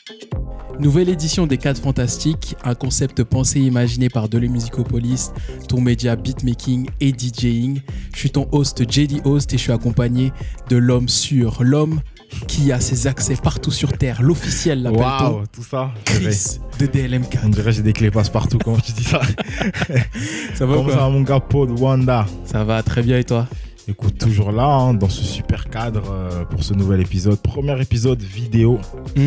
Nouvelle édition des 4 Fantastiques, un concept pensé et imaginé par Deleu Musicopolis, ton média beatmaking et DJing. Je suis ton host JD Host et je suis accompagné de l'homme sûr, l'homme qui a ses accès partout sur Terre, l'officiel l'appelle-t-on. Waouh, tout ça. Chris de DLM4. On dirait que j'ai des clés passe-partout, comment tu dis ça? Ça va Comment ça va mon gars Pod Wanda? Ça va très bien et toi? Écoute, toujours là, dans ce super cadre pour ce nouvel épisode. Premier épisode vidéo.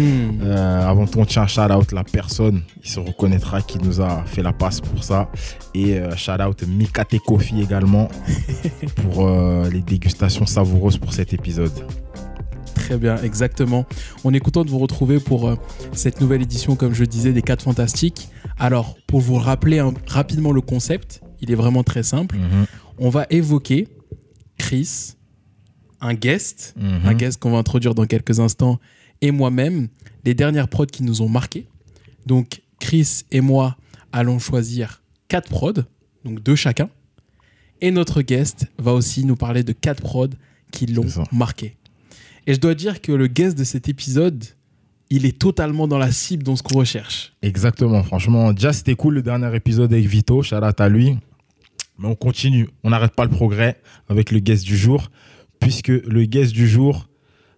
Avant tout, on tient un shout-out la personne. Il se reconnaîtra qui nous a fait la passe pour ça. Et shout-out Mikate Coffee également pour les dégustations savoureuses pour cet épisode. Très bien, exactement. On est content de vous retrouver pour cette nouvelle édition, comme je disais, des 4 Fantastiques. Alors, pour vous rappeler rapidement le concept, il est vraiment très simple. On va évoquer Chris, un guest qu'on va introduire dans quelques instants, et moi-même, les dernières prods qui nous ont marqués. Donc, Chris et moi allons choisir 4 prods, donc 2 chacun. Et notre guest va aussi nous parler de 4 prods qui l'ont marqué. Et je dois dire que le guest de cet épisode, il est totalement dans la cible de ce qu'on recherche. Exactement, franchement. Déjà, c'était cool le dernier épisode avec Vito, shout out à lui. Mais on continue, on n'arrête pas le progrès avec le guest du jour, puisque le guest du jour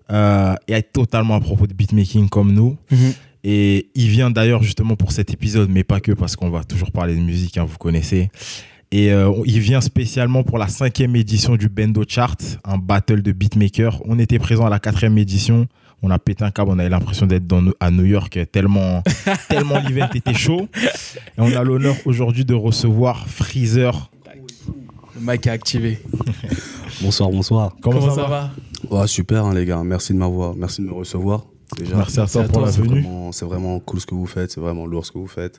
est totalement à propos de beatmaking comme nous. Et il vient d'ailleurs justement pour cet épisode, mais pas que, parce qu'on va toujours parler de musique, hein, vous connaissez. Et il vient spécialement pour la 5e édition du Bendo Chart, un battle de beatmakers. On était présent à la 4e édition. On a pété un câble, on avait l'impression d'être à New York, tellement l'event était chaud. Et on a l'honneur aujourd'hui de recevoir Freezer. Le mic est activé. Bonsoir. Comment ça va? Ouais, super hein, les gars, merci de me recevoir. Déjà. Merci à toi pour la venue. C'est vraiment cool ce que vous faites, c'est vraiment lourd ce que vous faites.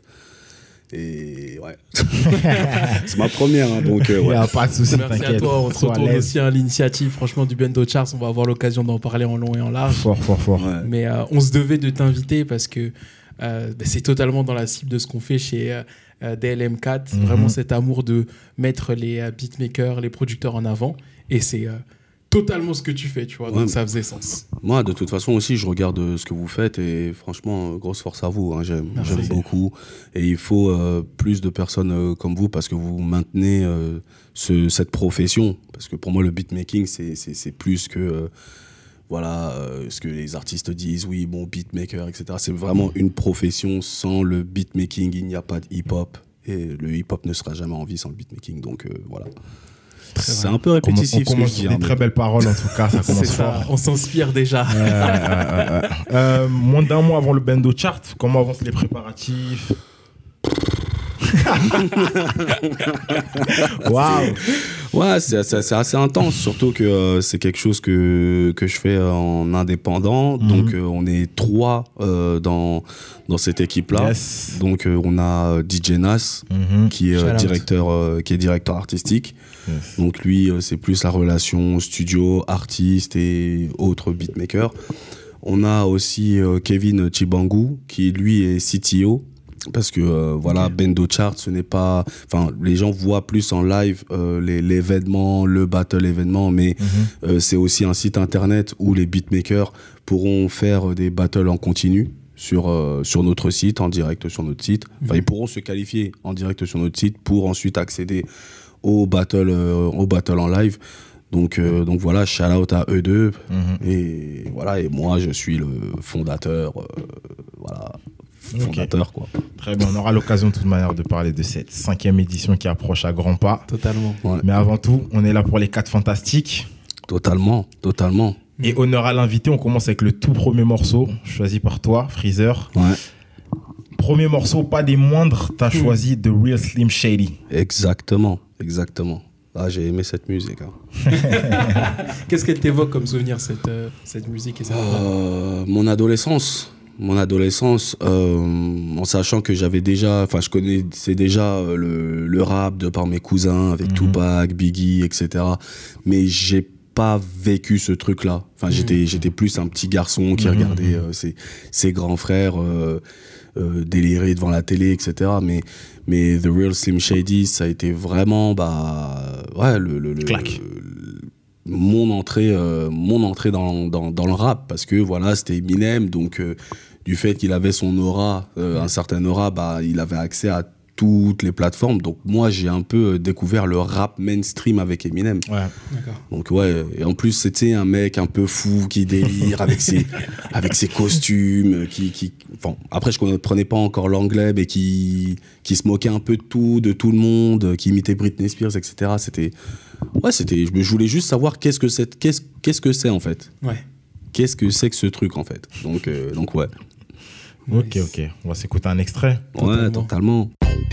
Et ouais, c'est ma première, hein, donc ouais. Il n'y a pas de souci, merci à toi, on se retourne aussi à l'initiative franchement du Bendo Charts, on va avoir l'occasion d'en parler en long et en large. Fort. Ouais. Mais on se devait de t'inviter parce que c'est totalement dans la cible de ce qu'on fait chez DLM4, vraiment cet amour de mettre les beatmakers, les producteurs en avant, et c'est totalement ce que tu fais, tu vois, donc ça faisait sens. Moi, de toute façon aussi, je regarde ce que vous faites et franchement, grosse force à vous, hein, j'aime beaucoup. Et il faut plus de personnes comme vous parce que vous maintenez cette profession. Parce que pour moi, le beatmaking, c'est plus que... ce que les artistes disent, oui, bon, beatmaker, etc. C'est vraiment une profession. Sans le beatmaking, il n'y a pas de hip-hop. Et le hip-hop ne sera jamais en vie sans le beatmaking. Donc voilà. C'est un peu répétitif. On commence des très belles paroles, en tout cas. Ça commence fort. On s'inspire déjà. Moins d'un mois avant le Bendo Chart, comment avancent les préparatifs? Waouh! Ouais, c'est assez intense, surtout que c'est quelque chose que je fais en indépendant. Donc on est 3 dans cette équipe-là. Yes. Donc on a DJ Nas qui est directeur artistique. Yes. Donc lui, c'est plus la relation studio, artiste et autres beatmakers. On a aussi Kevin Chibangu qui lui est CTO. Parce que Bendo Chart, ce n'est pas... Enfin, les gens voient plus en live l'événement, le battle événement, mais c'est aussi un site internet où les beatmakers pourront faire des battles en continu sur notre site, en direct sur notre site. Enfin, ils pourront se qualifier en direct sur notre site pour ensuite accéder au battle en live. Donc voilà, shout out à eux deux. Et voilà, et moi, je suis le fondateur. Fondateur, quoi. Très bien, on aura l'occasion de toute manière de parler de cette 5e édition qui approche à grands pas. Totalement. Ouais. Mais avant tout, on est là pour les 4 Fantastiques. Totalement. Et honneur à l'invité, on commence avec le tout premier morceau, choisi par toi, Freezer. Ouais. Premier morceau, pas des moindres, t'as choisi The Real Slim Shady. Exactement. Ah, j'ai aimé cette musique. Hein. Qu'est-ce qu'elle t'évoque comme souvenir, cette musique et cette Mon adolescence, en sachant que je connaissais déjà le rap de par mes cousins avec Tupac, Biggie, etc. Mais j'ai pas vécu ce truc-là. Enfin, j'étais plus un petit garçon qui regardait ses grands frères délirer devant la télé, etc. Mais The Real Slim Shady, ça a été vraiment mon entrée dans le rap, parce que voilà, c'était Eminem, donc du fait qu'il avait son aura, un certain aura, bah, il avait accès à toutes les plateformes. Donc moi, j'ai un peu découvert le rap mainstream avec Eminem. Ouais. D'accord. Donc ouais, et en plus c'était un mec un peu fou qui délire avec ses costumes, enfin, après je comprenais pas encore l'anglais, mais qui se moquait un peu de tout le monde, qui imitait Britney Spears, etc. Je voulais juste savoir qu'est-ce que c'est en fait. Ouais. Qu'est-ce que c'est que ce truc en fait. Donc ouais. Ok, Nice. ok. On va s'écouter un extrait. Ouais, totalement.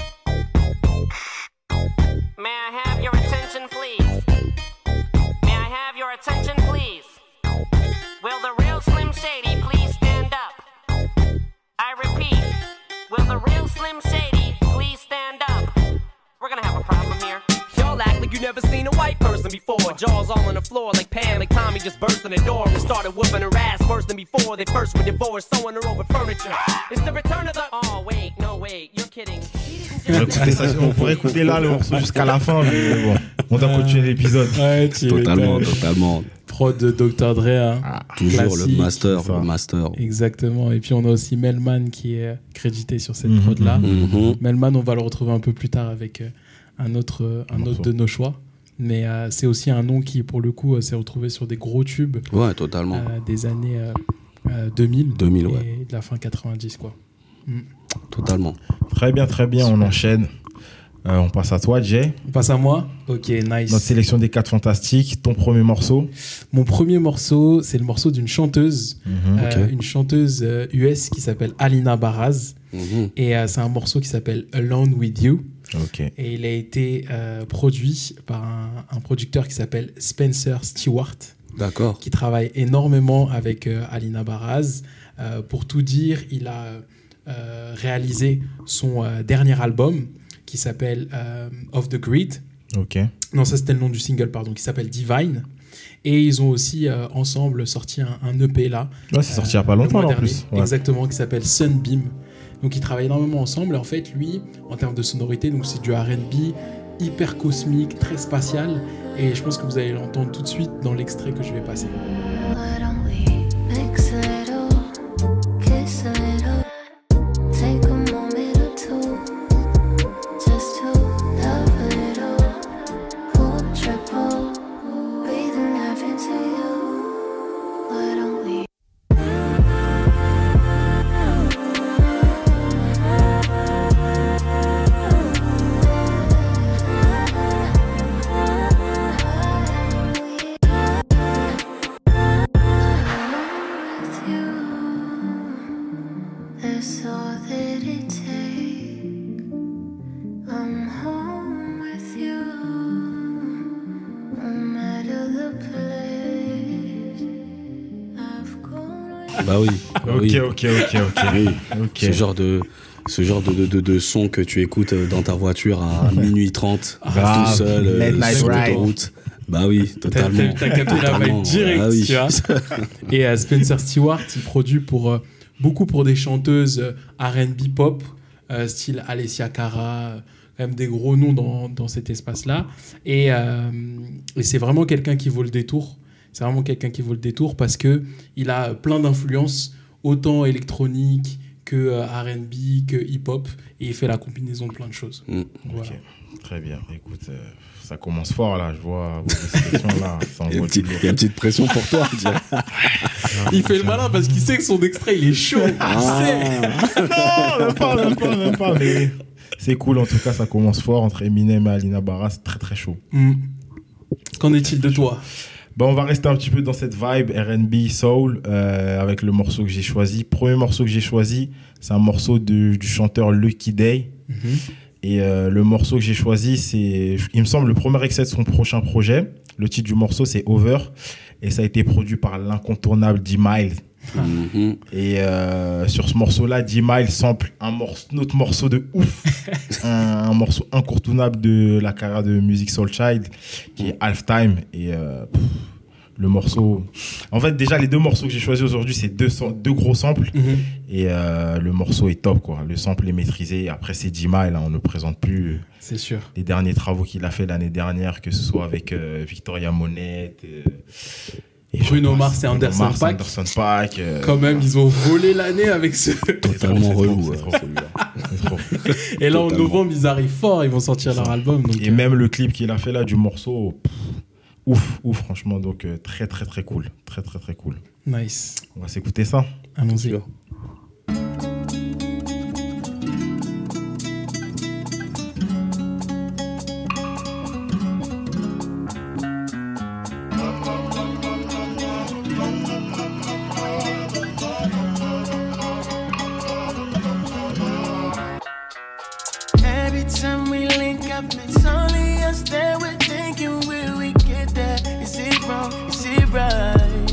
May I have your attention, please? May I have your attention, please? Will the real Slim Shady please stand up? I repeat, will the real Slim Shady please stand up? We're gonna have a problem here. Y'all act like you never seen a white person before. Jaws all on the floor like Pam, like Tommy just burst in the door and started whooping her ass worse than before. They first were divorced, sewing her over furniture. It's the return of the... Oh, wait, no, wait, you're kidding. On pourrait écouter là le morceau jusqu'à la fin, mais bon, on doit continuer l'épisode. Ouais, Totalement. Prod de Dr. Dre. Hein. Toujours Classique. le master. Exactement. Et puis on a aussi Melman qui est crédité sur cette prod-là. Melman, on va le retrouver un peu plus tard avec un autre de nos choix. Mais c'est aussi un nom qui, pour le coup, s'est retrouvé sur des gros tubes. Ouais, totalement. Des années 2000. 2000, et ouais. de la fin 90, quoi. Totalement. Très bien, on enchaîne. On passe à toi, Jay. On passe à moi. Ok, nice. Notre sélection des 4 fantastiques. Ton premier morceau. Mon premier morceau, c'est le morceau d'une chanteuse. Ok. Une chanteuse US qui s'appelle Alina Baraz. Et c'est un morceau qui s'appelle Alone With You. Ok. Et il a été produit par un producteur qui s'appelle Spencer Stewart, D'accord. qui travaille énormément avec Alina Baraz. Pour tout dire, il a réalisé son dernier album qui s'appelle Off the Grid. Ok. Non, ça c'était le nom du single, pardon, qui s'appelle Divine. Et ils ont aussi ensemble sorti un EP là. Ouais, c'est sorti il n'y a pas le longtemps mois là, en dernier. plus. Ouais. Exactement, qui s'appelle Sunbeam. Donc ils travaillent énormément ensemble. Et en fait, lui, en termes de sonorité, donc c'est du R&B hyper cosmique, très spatial. Et je pense que vous allez l'entendre tout de suite dans l'extrait que je vais passer. Why don't we mix a little, kiss a little, take a moment or two, just to love a little, pull triple, breathing life into you. Why don't we? That's all that it takes. I'm home with you, no matter the place. I've gone with Bah oui. Oui. Ok. Oui. Ok. Ce genre de son que tu écoutes dans ta voiture à minuit 30, Grave. tout seul, Late night sur ride. l'autoroute. Bah oui, totalement. T'as capté la vibe direct, Ah oui. tu vois. Et Spencer Stewart, il produit beaucoup pour des chanteuses R&B pop, style Alessia Cara, quand même des gros noms dans cet espace-là. Et c'est vraiment quelqu'un qui vaut le détour. C'est vraiment quelqu'un qui vaut le détour parce qu'il a plein d'influences, autant électroniques que R&B, que hip-hop. Et il fait la combinaison de plein de choses. Donc, voilà. Ok. Très bien. Écoute, ça commence fort là. Je vois vos expressions là. Ça Il y a envoie une petite pression pour toi. je dirais. Il fait le malin parce qu'il sait que son extrait, il est chaud. Il sait. Non, même pas. Mais c'est cool. En tout cas, ça commence fort entre Eminem et Alina Baraz. C'est très très chaud. Qu'en est-il de toi? Bon, on va rester un petit peu dans cette vibe R&B soul avec le morceau que j'ai choisi. Premier morceau que j'ai choisi, c'est un morceau du chanteur Lucky Day. Et le morceau que j'ai choisi, c'est, il me semble, le premier extrait de son prochain projet. Le titre du morceau, c'est Over. Et ça a été produit par l'incontournable D-Mile. Et sur ce morceau-là, D-Mile sample un autre morceau de ouf. un morceau incontournable de la carrière de Musiq Soulchild, qui est Halftime. Et le morceau... En fait, déjà, les deux morceaux que j'ai choisis aujourd'hui, c'est deux gros samples. Et le morceau est top, quoi. Le sample est maîtrisé. Après, c'est D-Mile, hein, on ne présente plus C'est sûr. les derniers travaux qu'il a fait l'année dernière, que ce soit avec Victoria Monet, Et Bruno je Mars pense et Anderson Mars, .Paak. Anderson .Paak. Quand même, ils ont volé l'année avec ce. Totalement relou. c'est trop, c'est trop. Et là, en Totalement. novembre, ils arrivent fort, ils vont sortir leur album. Donc, Et même le clip qu'il a fait là du morceau, ouf, franchement. Donc très cool. Très cool. nice. On va s'écouter ça. Allons-y. Sûr. Every time we link up, it's only us that we're thinking, will we get there? Is it wrong? Is it right?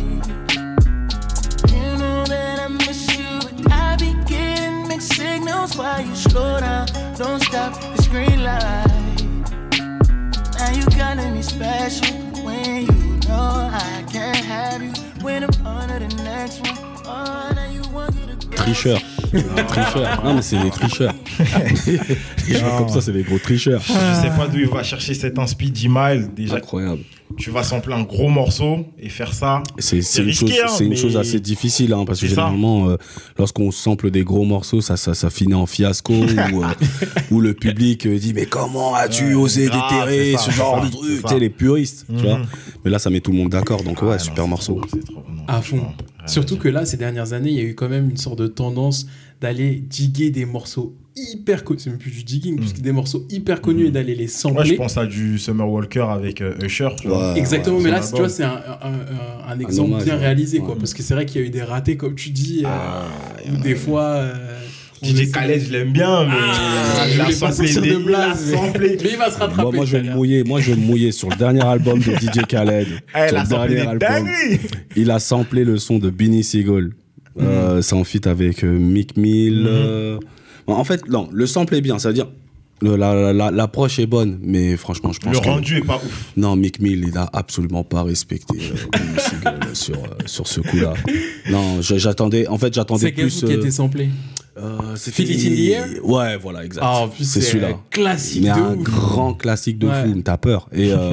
You know that I miss you, but I be getting mixed signals while you slow down. Don't stop, it's green light. Now you calling me special when you know I can't have you. When I'm on to the next one, oh, now you want you to go. Tricheurs. Tricheurs. Non, mais c'est des tricheurs. Les gens comme ça, c'est des gros tricheurs. Je sais pas d'où il va chercher cet inspi G-Mile. Déjà, Incroyable. tu vas sampler un gros morceau et faire ça. C'est une, risqué, chose, hein, c'est une mais- chose assez difficile, hein, parce que C'est ça. généralement, lorsqu'on sample des gros morceaux, ça finit en fiasco, où le public dit mais comment as-tu osé grave, déterrer c'est ça, ce c'est genre ça, de truc, c'est tu ça. sais, les puristes, tu vois. Mais là, ça met tout le monde d'accord, donc ouais, Ah, non, super c'est morceau. trop, c'est trop, non, À fond. franchement, rien Surtout à que là, ces dernières années, il y a eu quand même une sorte de tendance d'aller diguer des morceaux hyper connus. C'est même plus du digging, puisque des morceaux hyper connus et d'aller les dire. sampler. Ouais, je pense à du Summer Walker avec Usher. Tu vois. Ouais. Exactement, ouais, mais là, son tu vois, album. c'est un exemple hommage, bien ouais. réalisé, quoi. Ouais. Parce que c'est vrai qu'il y a eu des ratés, comme tu dis, où des fois. on DJ essaie- Khaled, je l'aime bien, mais Ah, il je a voulais pas samplé sortir des- de blague, il a samplé. mais il va se rattraper. Moi, je vais tout à me l'heure. mouiller. Moi, je vais me mouiller sur le dernier album de DJ Khaled. Elle Sur a le samplé dernier des dingueries. il a samplé le son de Beanie Sigel. C'est en feat avec Meek Mill. En fait, non, le sample est bien. C'est-à-dire, l'approche est bonne, mais franchement, je pense Le que rendu est pas ouf. non, Meek Mill, il a absolument pas respecté Beanie Sigel sur ce coup-là. Non, j'attendais. En fait, j'attendais C'est quel plus. qui a été samplé C'était- Feel It in the Air. Ouais, voilà, exact. Ah, en plus, c'est celui-là. classique Mais de un ouf. grand classique de Ouais. fou, t'as peur.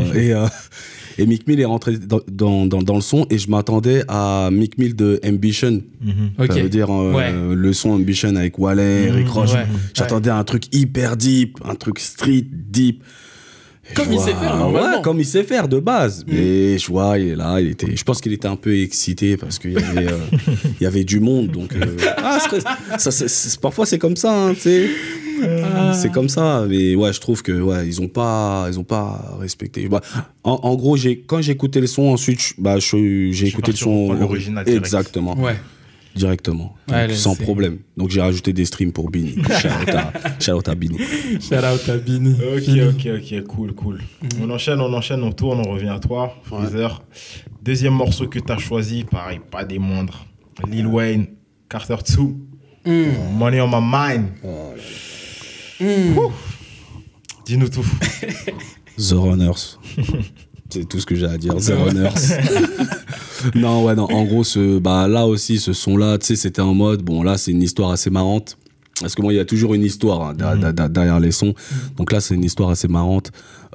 Et Meek Mill est rentré dans le son et je m'attendais à Meek Mill de Ambition. Ok. Ça veut dire Ouais. le son Ambition avec Wallet, Rick Ross. ouais. J'attendais un truc hyper deep, un truc street deep. Et Comme je il sait faire, normalement. Ouais, comme il sait faire de base. Mais je vois, il est là, je pense qu'il était un peu excité parce qu'il y avait, il y avait du monde. Donc, parfois c'est comme ça, hein, tu sais. C'est comme ça, mais ouais, je trouve que ouais, ils ont pas respecté. Bah, en gros, quand j'ai écouté le son, ensuite, j'ai écouté le parti son reprendre l'original direct. exactement, Ouais. directement, Ouais, donc, là, sans c'est- problème. Donc j'ai rajouté des streams pour Bini. Shout out à Bini. Shout out à Bini. Ok, cool. On enchaîne, on tourne, on revient à toi, Freezer. Deuxième morceau que tu as choisi, pareil, pas des moindres. Lil Wayne, Carter 2, Money on my mind. Ouh. Dis-nous tout. The Runners. C'est tout ce que j'ai à dire. The Runners. non, en gros, là aussi, ce son-là, tu sais, c'était en mode, bon, là, c'est une histoire assez marrante. Parce que moi, il y a toujours une histoire hein, derrière les sons. Donc là, c'est une histoire assez marrante.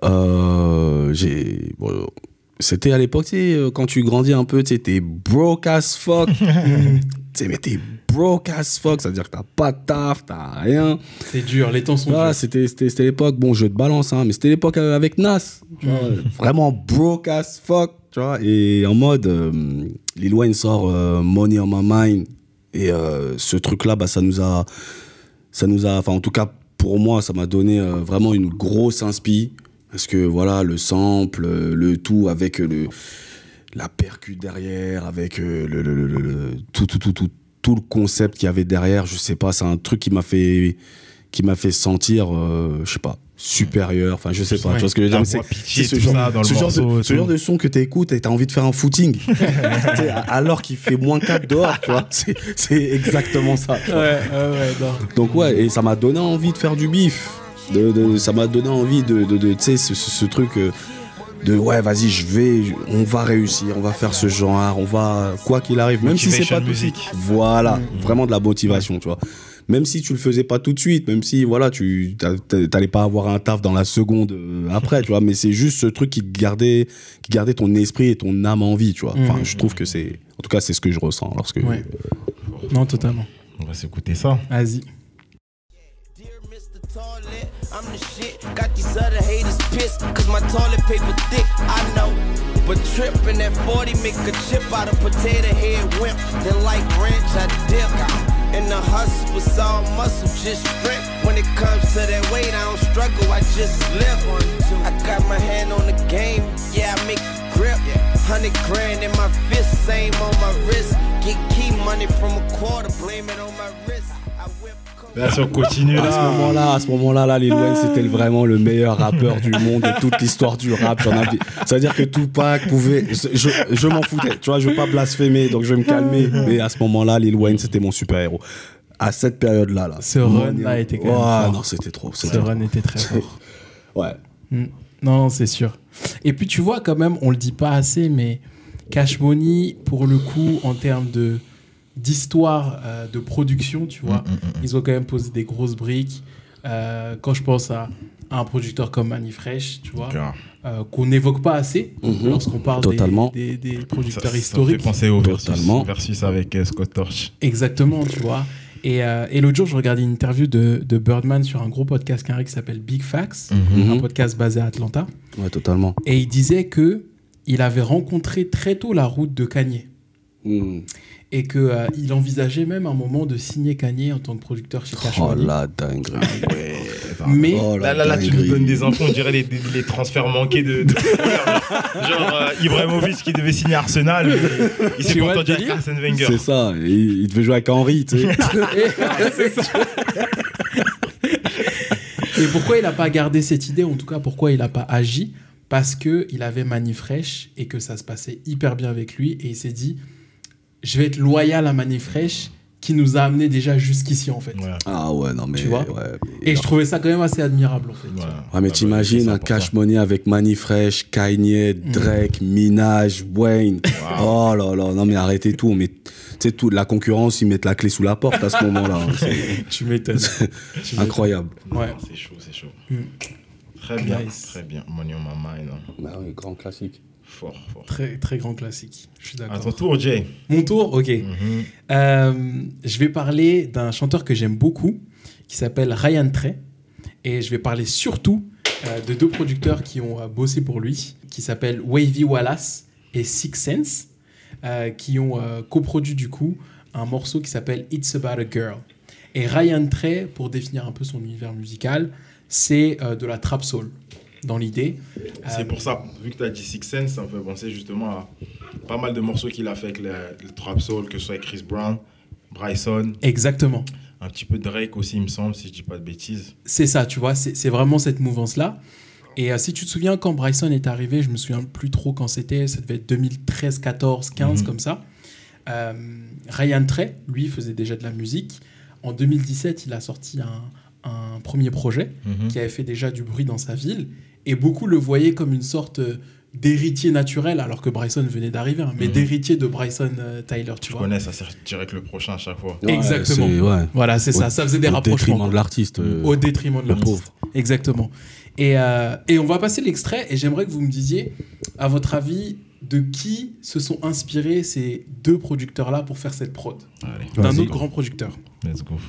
C'était à l'époque, tu sais, quand tu grandis un peu, tu sais, t'es broke as fuck. Tu sais, mais t'es broke as fuck, ça veut dire que t'as pas de taf, t'as rien. C'est dur, les temps sont Voilà, durs. c'était l'époque, bon, je te balance, hein, mais c'était l'époque avec Nas. Tu vois, vraiment broke as fuck, tu vois. Et en mode, Lil Wayne sort Money on my mind. Et ce truc-là, bah, ça nous a, enfin, en tout cas, pour moi, ça m'a donné vraiment une grosse inspi. Parce que voilà, le sample, le tout avec la percu derrière, avec tout le concept qu'il y avait derrière, je sais pas, c'est un truc qui m'a fait sentir, je sais pas, supérieur, enfin je sais pas, tu vois ce que je veux dire, La mais voix pitchée, c'est ce tout genre, ça dans le ce genre morceau et ce genre tout. de son que t'écoutes et t'as envie de faire un footing. Tu sais, alors qu'il fait moins 4 dehors, tu vois, c'est exactement ça. Tu vois. Ouais, non. Donc ouais, et ça m'a donné envie de faire du bif. Ça m'a donné envie de tu sais, ce truc ouais, vas-y, on va réussir, on va faire ce genre, on va, quoi qu'il arrive, même si c'est pas tout de suite. Voilà, vraiment de la motivation, tu vois. Même si tu le faisais pas tout de suite, même si, voilà, tu t'allais pas avoir un taf dans la seconde après, tu vois, mais c'est juste ce truc qui gardait ton esprit et ton âme en vie, tu vois. Enfin, je trouve que en tout cas, c'est ce que je ressens lorsque... Ouais. Non, totalement. On va s'écouter ça. Vas-y. Toilet, I'm the shit. Got these other haters pissed, cause my toilet paper thick, I know. But trippin' that 40 make a chip out of potato head wimp. Then like ranch, I dip. And the hustle was all muscle, just strength. When it comes to that weight, I don't struggle, I just live. I got my hand on the game, yeah, I make the grip. 100 grand in my fist, same on my wrist. Get key money from a quarter, blame it on my wrist. I whip. Là, si on continue là. À ce moment-là, Lil Wayne, c'était vraiment le meilleur rappeur du monde de toute l'histoire du rap. C'est-à-dire que Tupac pouvait. Je m'en foutais, tu vois, je veux pas blasphémer, donc je vais me calmer. Mais à ce moment-là, Lil Wayne, c'était mon super-héros. À cette période-là. Ce run-là était quand même fort. Non, c'était trop. Ce run était très fort. Ouais. Non, c'est sûr. Et puis, tu vois, quand même, on le dit pas assez, mais Cash Money, pour le coup, en termes d'histoire de production, tu vois, ils ont quand même posé des grosses briques. Quand je pense à un producteur comme Manifresh, tu vois, qu'on n'évoque pas assez lorsqu'on parle des producteurs historiques. Ça fait penser au versus avec Scott Torch. Exactement, tu vois. Et l'autre jour, je regardais une interview de Birdman sur un gros podcast carré qui s'appelle Big Facts, un podcast basé à Atlanta. Ouais, totalement. Et il disait qu'il avait rencontré très tôt la route de Kanye. Et qu'il envisageait même un moment de signer Kanye en tant que producteur chez Cash Money. Oh la dinguerie. Ouais. Mais là, tu nous donnes des infos, on dirait les transferts manqués de genre Ibrahimovic qui devait signer Arsenal, il s'est contenté avec Arsène Wenger. C'est ça, il devait jouer avec Henry, tu sais. C'est ça. Et pourquoi il n'a pas gardé cette idée, en tout cas pourquoi il n'a pas agi? Parce qu'il avait Manifresh et que ça se passait hyper bien avec lui et il s'est dit je vais être loyal à Manifresh qui nous a amené déjà jusqu'ici en fait. Ouais. Ah ouais, non mais... Tu vois et je trouvais ça quand même assez admirable en fait. Ouais, mais t'imagines un Cash Money avec Manifresh, Kanye, Drake, Minaj, Wayne. Oh là là, non mais arrêtez tout. Mais tu sais, la concurrence, ils mettent la clé sous la porte à ce moment-là. Tu m'étonnes. Incroyable. Ouais. C'est chaud. Très bien. Money on my mind. Bah oui, grand classique. Fort. Très, très grand classique. Je suis d'accord. À ton tour, Jay. Mon tour, ok. Je vais parler d'un chanteur que j'aime beaucoup, qui s'appelle Ryan Trey. Et je vais parler surtout de deux producteurs qui ont bossé pour lui, qui s'appellent Wavy Wallace et Six Sense, qui ont coproduit du coup un morceau qui s'appelle It's About a Girl. Et Ryan Trey, pour définir un peu son univers musical, c'est de la trap soul. Dans l'idée. C'est pour ça, vu que tu as dit Six Sense, ça me fait penser justement à pas mal de morceaux qu'il a fait avec le Trap Soul, que ce soit avec Chris Brown, Bryson. Exactement. Un petit peu Drake aussi, il me semble, si je dis pas de bêtises. C'est ça, tu vois, c'est vraiment cette mouvance-là. Et si tu te souviens, quand Bryson est arrivé, je me souviens plus trop quand c'était, ça devait être 2013, 14, 15, comme ça. Ryan Trey, lui, faisait déjà de la musique. En 2017, il a sorti un premier projet qui avait fait déjà du bruit dans sa ville. Et beaucoup le voyaient comme une sorte d'héritier naturel, alors que Bryson venait d'arriver, mais d'héritier de Bryson Tyler, tu vois. Je connais, ça c'est direct le prochain à chaque fois. Ouais, exactement. Voilà, c'est ça. Ça faisait des rapprochements. Au détriment de l'artiste. Au détriment de l'artiste. Pauvre. Exactement. Et on va passer l'extrait, et j'aimerais que vous me disiez, à votre avis, de qui se sont inspirés ces deux producteurs-là pour faire cette prod. D'un autre grand producteur. Let's go.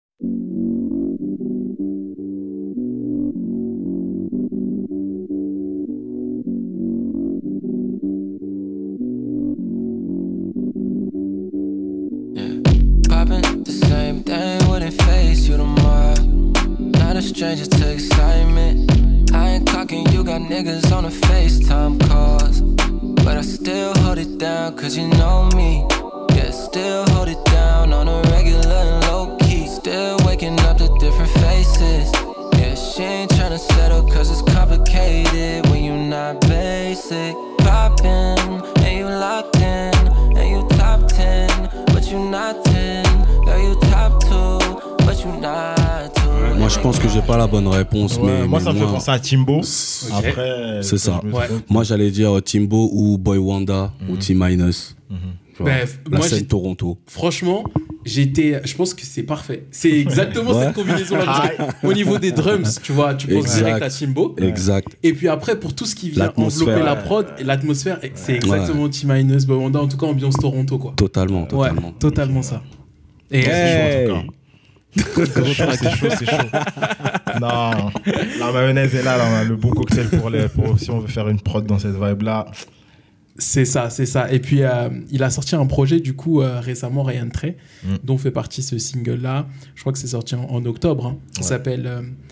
Stranger to excitement. I ain't cocking, you got niggas on the FaceTime calls. But I still hold it down, cause you know me. Yeah, still hold it down on a regular and low key. Still waking up to different faces. Yeah, she ain't tryna settle, cause it's complicated when you not basic. Poppin', and you locked in, and you top 10, but you not 10. Girl, you top 2, but you not 2. Moi, je pense que j'ai pas la bonne réponse, Ouais, mais moi, ça me fait moi, penser à Timbo. c'est- Après, c'est ça. je me Ouais. trompe. Moi, j'allais dire Timbo ou Boy Wanda ou T-Minus. Tu vois, Ben, la moi, scène j'ai- Toronto. Franchement, je pense que c'est parfait. C'est exactement Ouais. cette combinaison-là. Au niveau des drums, tu vois, tu penses Exact. direct à Timbo. Exact. Et puis après, pour tout ce qui vient L'atmosphère. envelopper la prod, et l'atmosphère, c'est exactement T-Minus, Boy Wonder, en tout cas ambiance Toronto, quoi. Totalement, Ouais, totalement. totalement ça. Et C'est chaud, en tout cas. C'est chaud. Non, la mayonnaise est là, on a le bon cocktail pour si on veut faire une prod dans cette vibe-là. c'est ça. Et puis, il a sorti un projet, du coup, récemment, Ryan Trey, dont fait partie ce single-là. Je crois que c'est sorti en octobre. Hein. Ça s'appelle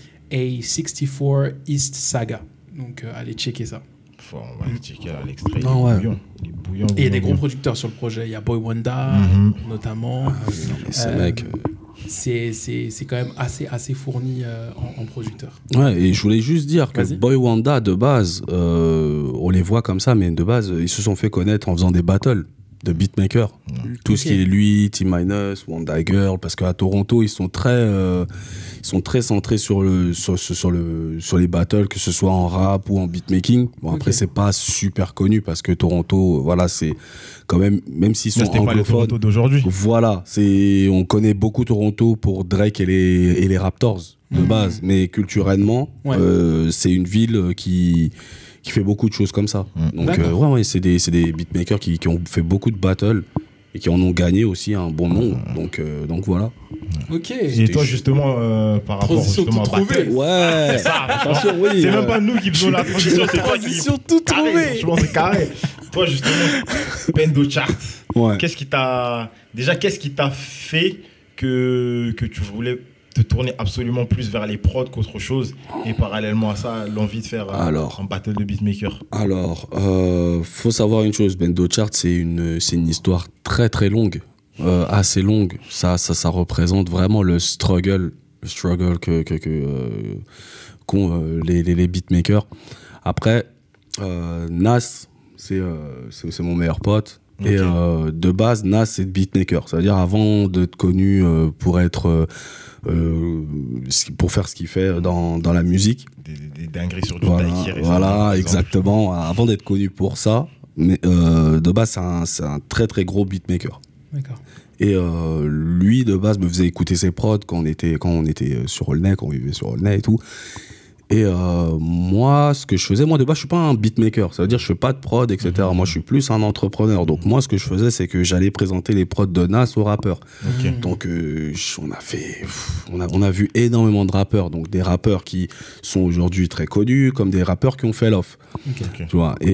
A64 East Saga. Donc, allez checker ça. On va aller checker là, l'extrait. Ah ouais. Il est bouillant. Et il y a des gros producteurs sur le projet. Il y a Boy Wanda, notamment. Et ce Euh, mec. C'est quand même assez fourni en producteur. Ouais, et je voulais juste dire que Vas-y. Boy Wanda, de base, on les voit comme ça, mais de base, ils se sont fait connaître en faisant des battles de beatmakers. Tout ce Ok. qui est lui, T-Minus, Wanda Girl, parce qu'à Toronto, ils sont très centrés sur les battles, que ce soit en rap ou en beatmaking. Bon, après, Ok. c'est pas super connu parce que Toronto, voilà, c'est quand même s'ils Mais sont c'était pas le anglophones. Toronto d'aujourd'hui. Voilà, on connaît beaucoup Toronto pour Drake et les Raptors de base, mais culturellement, Ouais. c'est une ville qui fait beaucoup de choses comme ça. Donc D'accord. ouais, c'est des beatmakers qui ont fait beaucoup de battles et qui en ont gagné aussi un bon nombre. Donc voilà. Ok. Et toi, justement, par rapport Transition justement toute à Battle, trouvée. Ouais. Attention, oui. c'est même pas nous qui faisons la transition, c'est toi qui... Transition toute Carré, trouvée. franchement, c'est carré. Toi, justement, Bendo Chart, Ouais. qu'est-ce qui t'a fait que tu voulais te tourner absolument plus vers les prods qu'autre chose, et parallèlement à ça, l'envie de faire un battle de beatmaker? Alors, faut savoir une chose, Bendo Chart, c'est une histoire très très longue, assez longue. Ça représente vraiment le struggle qu'ont les beatmakers. Après, Nas, c'est mon meilleur pote. Ok. Et de base, Nas, c'est beatmaker. C'est-à-dire, avant d'être connu pour faire ce qu'il fait dans la musique. Des dingueries sur du Voilà, Taiki récemment, voilà, par exemple. exactement. Avant d'être connu pour ça, mais de base, c'est un très très gros beatmaker. D'accord. Et lui, de base, me faisait écouter ses prods quand on était sur Aulnay, quand on vivait sur Aulnay et tout. Et moi, ce que je faisais, de base, je suis pas un beatmaker. Ça veut dire que je fais pas de prod, etc. Moi, je suis plus un entrepreneur. Donc, moi, ce que je faisais, c'est que j'allais présenter les prods de Nas aux rappeurs. Ok. Donc, on a vu énormément de rappeurs. Donc, des rappeurs qui sont aujourd'hui très connus, comme des rappeurs qui ont fait l'off. Ok. Tu vois,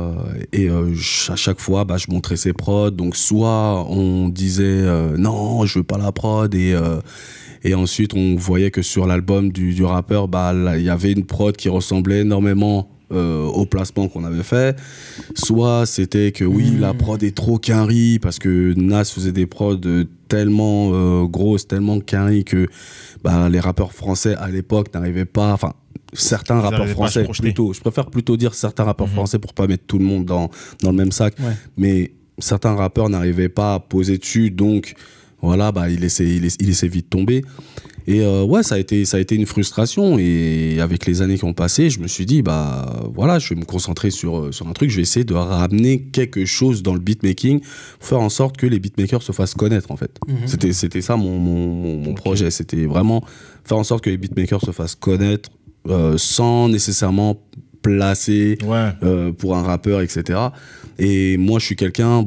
à chaque fois, je montrais ses prods. Donc, soit on disait non, je veux pas la prod, et ensuite on voyait que sur l'album du rappeur, il y avait une prod qui ressemblait énormément au placement qu'on avait fait. Soit c'était que oui, la prod est trop carry, parce que Nas faisait des prods tellement grosses, tellement carry que les rappeurs français à l'époque n'arrivaient pas. Enfin, certains rappeurs n'arrivaient pas à se français, projeter. plutôt. Je préfère plutôt dire certains rappeurs français pour pas mettre tout le monde dans le même sac. Ouais. Mais certains rappeurs n'arrivaient pas à poser dessus, donc voilà, il laissait vite tomber. Et ça a été une frustration. Et avec les années qui ont passé, je me suis dit, voilà, je vais me concentrer sur un truc. Je vais essayer de ramener quelque chose dans le beatmaking pour faire en sorte que les beatmakers se fassent connaître, en fait. C'était ça mon projet. C'était vraiment faire en sorte que les beatmakers se fassent connaître sans nécessairement placer pour un rappeur, etc. Et moi, je suis quelqu'un,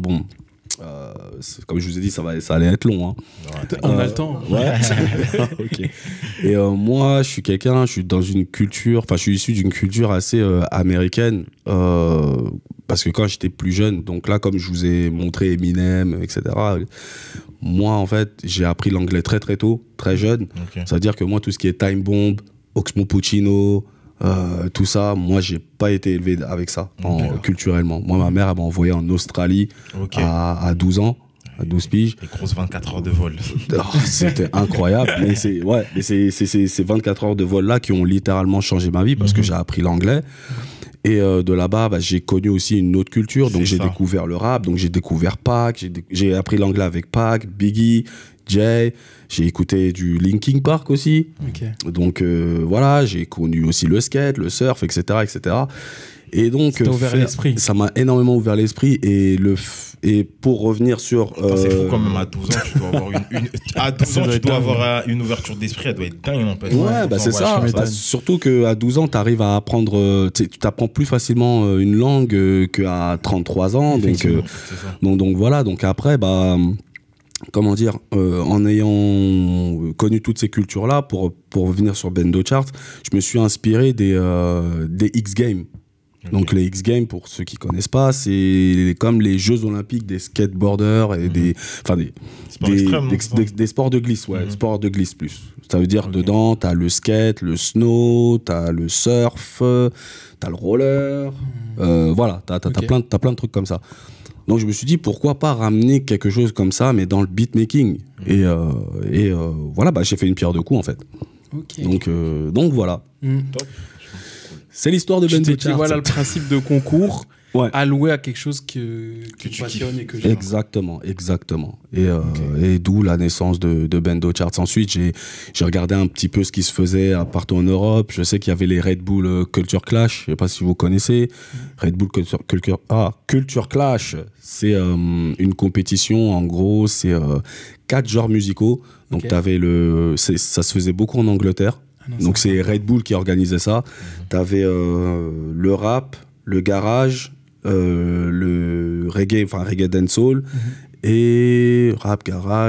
comme je vous ai dit, ça allait être long. Hein. On a le temps. Ouais. Ok. Et moi, je suis dans une culture, je suis issu d'une culture assez américaine, parce que quand j'étais plus jeune, donc là, comme je vous ai montré Eminem, etc., moi, en fait, j'ai appris l'anglais très très tôt, très jeune. Ok. C'est-à-dire que moi, tout ce qui est Time Bomb, Oxmo Puccino, tout ça, moi, j'ai pas été élevé avec ça, culturellement. Moi, ma mère, elle m'a envoyé en Australie à 12 ans. À 12 piges. Les grosses 24 heures de vol. C'était incroyable. Mais c'est ces 24 heures de vol-là qui ont littéralement changé ma vie, parce que j'ai appris l'anglais. Et de là-bas, j'ai connu aussi une autre culture. Donc j'ai découvert le rap, donc j'ai découvert Pac, j'ai appris l'anglais avec Pac, Biggie, J, j'ai écouté du Linkin Park aussi. Ok. Donc voilà, j'ai connu aussi le skate, le surf, etc. etc. Et donc, Ça t'a ouvert l'esprit. ça m'a énormément ouvert l'esprit. Et pour revenir sur. Attends, c'est fou quand même, à 12 ans, tu dois avoir à 12 Ça ans, doit tu être dois dingue. avoir une ouverture d'esprit, elle doit être dingue, non? Ouais, bah c'est ça. je Bah, m'étonne. surtout qu'à 12 ans, tu arrives à apprendre. Tu t'apprends plus facilement une langue qu'à 33 ans. Donc, Effectivement, c'est ça. donc voilà. Donc après, bah. Comment dire, en ayant connu toutes ces cultures-là, pour revenir sur Bendo Chart, je me suis inspiré des X Games. Donc les X Games, pour ceux qui connaissent pas, c'est comme les Jeux Olympiques des skateboarders et des Sport extrême, non, c'est ça des sports de glisse, ouais, sports de glisse plus. Ça veut dire dedans, t'as le skate, le snow, t'as le surf, t'as le roller, voilà, t'as plein de trucs comme ça. Donc je me suis dit pourquoi pas ramener quelque chose comme ça, mais dans le beatmaking. Et voilà, bah j'ai fait une pierre deux coups en fait. Ok. Donc voilà. Top. C'est l'histoire de Tu Bendo t'es dit, Chart. voilà le principe de concours Ouais. alloué à quelque chose que tu tu passionnes et que j'aime. Exactement. Et d'où la naissance de Bendo Charts. Ensuite, j'ai regardé un petit peu ce qui se faisait partout en Europe. Je sais qu'il y avait les Red Bull Culture Clash. Je sais pas si vous connaissez. Red Bull Culture Clash. C'est une compétition. En gros, c'est 4 genres musicaux. Donc, Ok. ça se faisait beaucoup en Angleterre. Ah non, Donc, c'est Red Bull qui organisait ça. T'avais le rap, le garage, le reggae, enfin reggae dancehall, et rap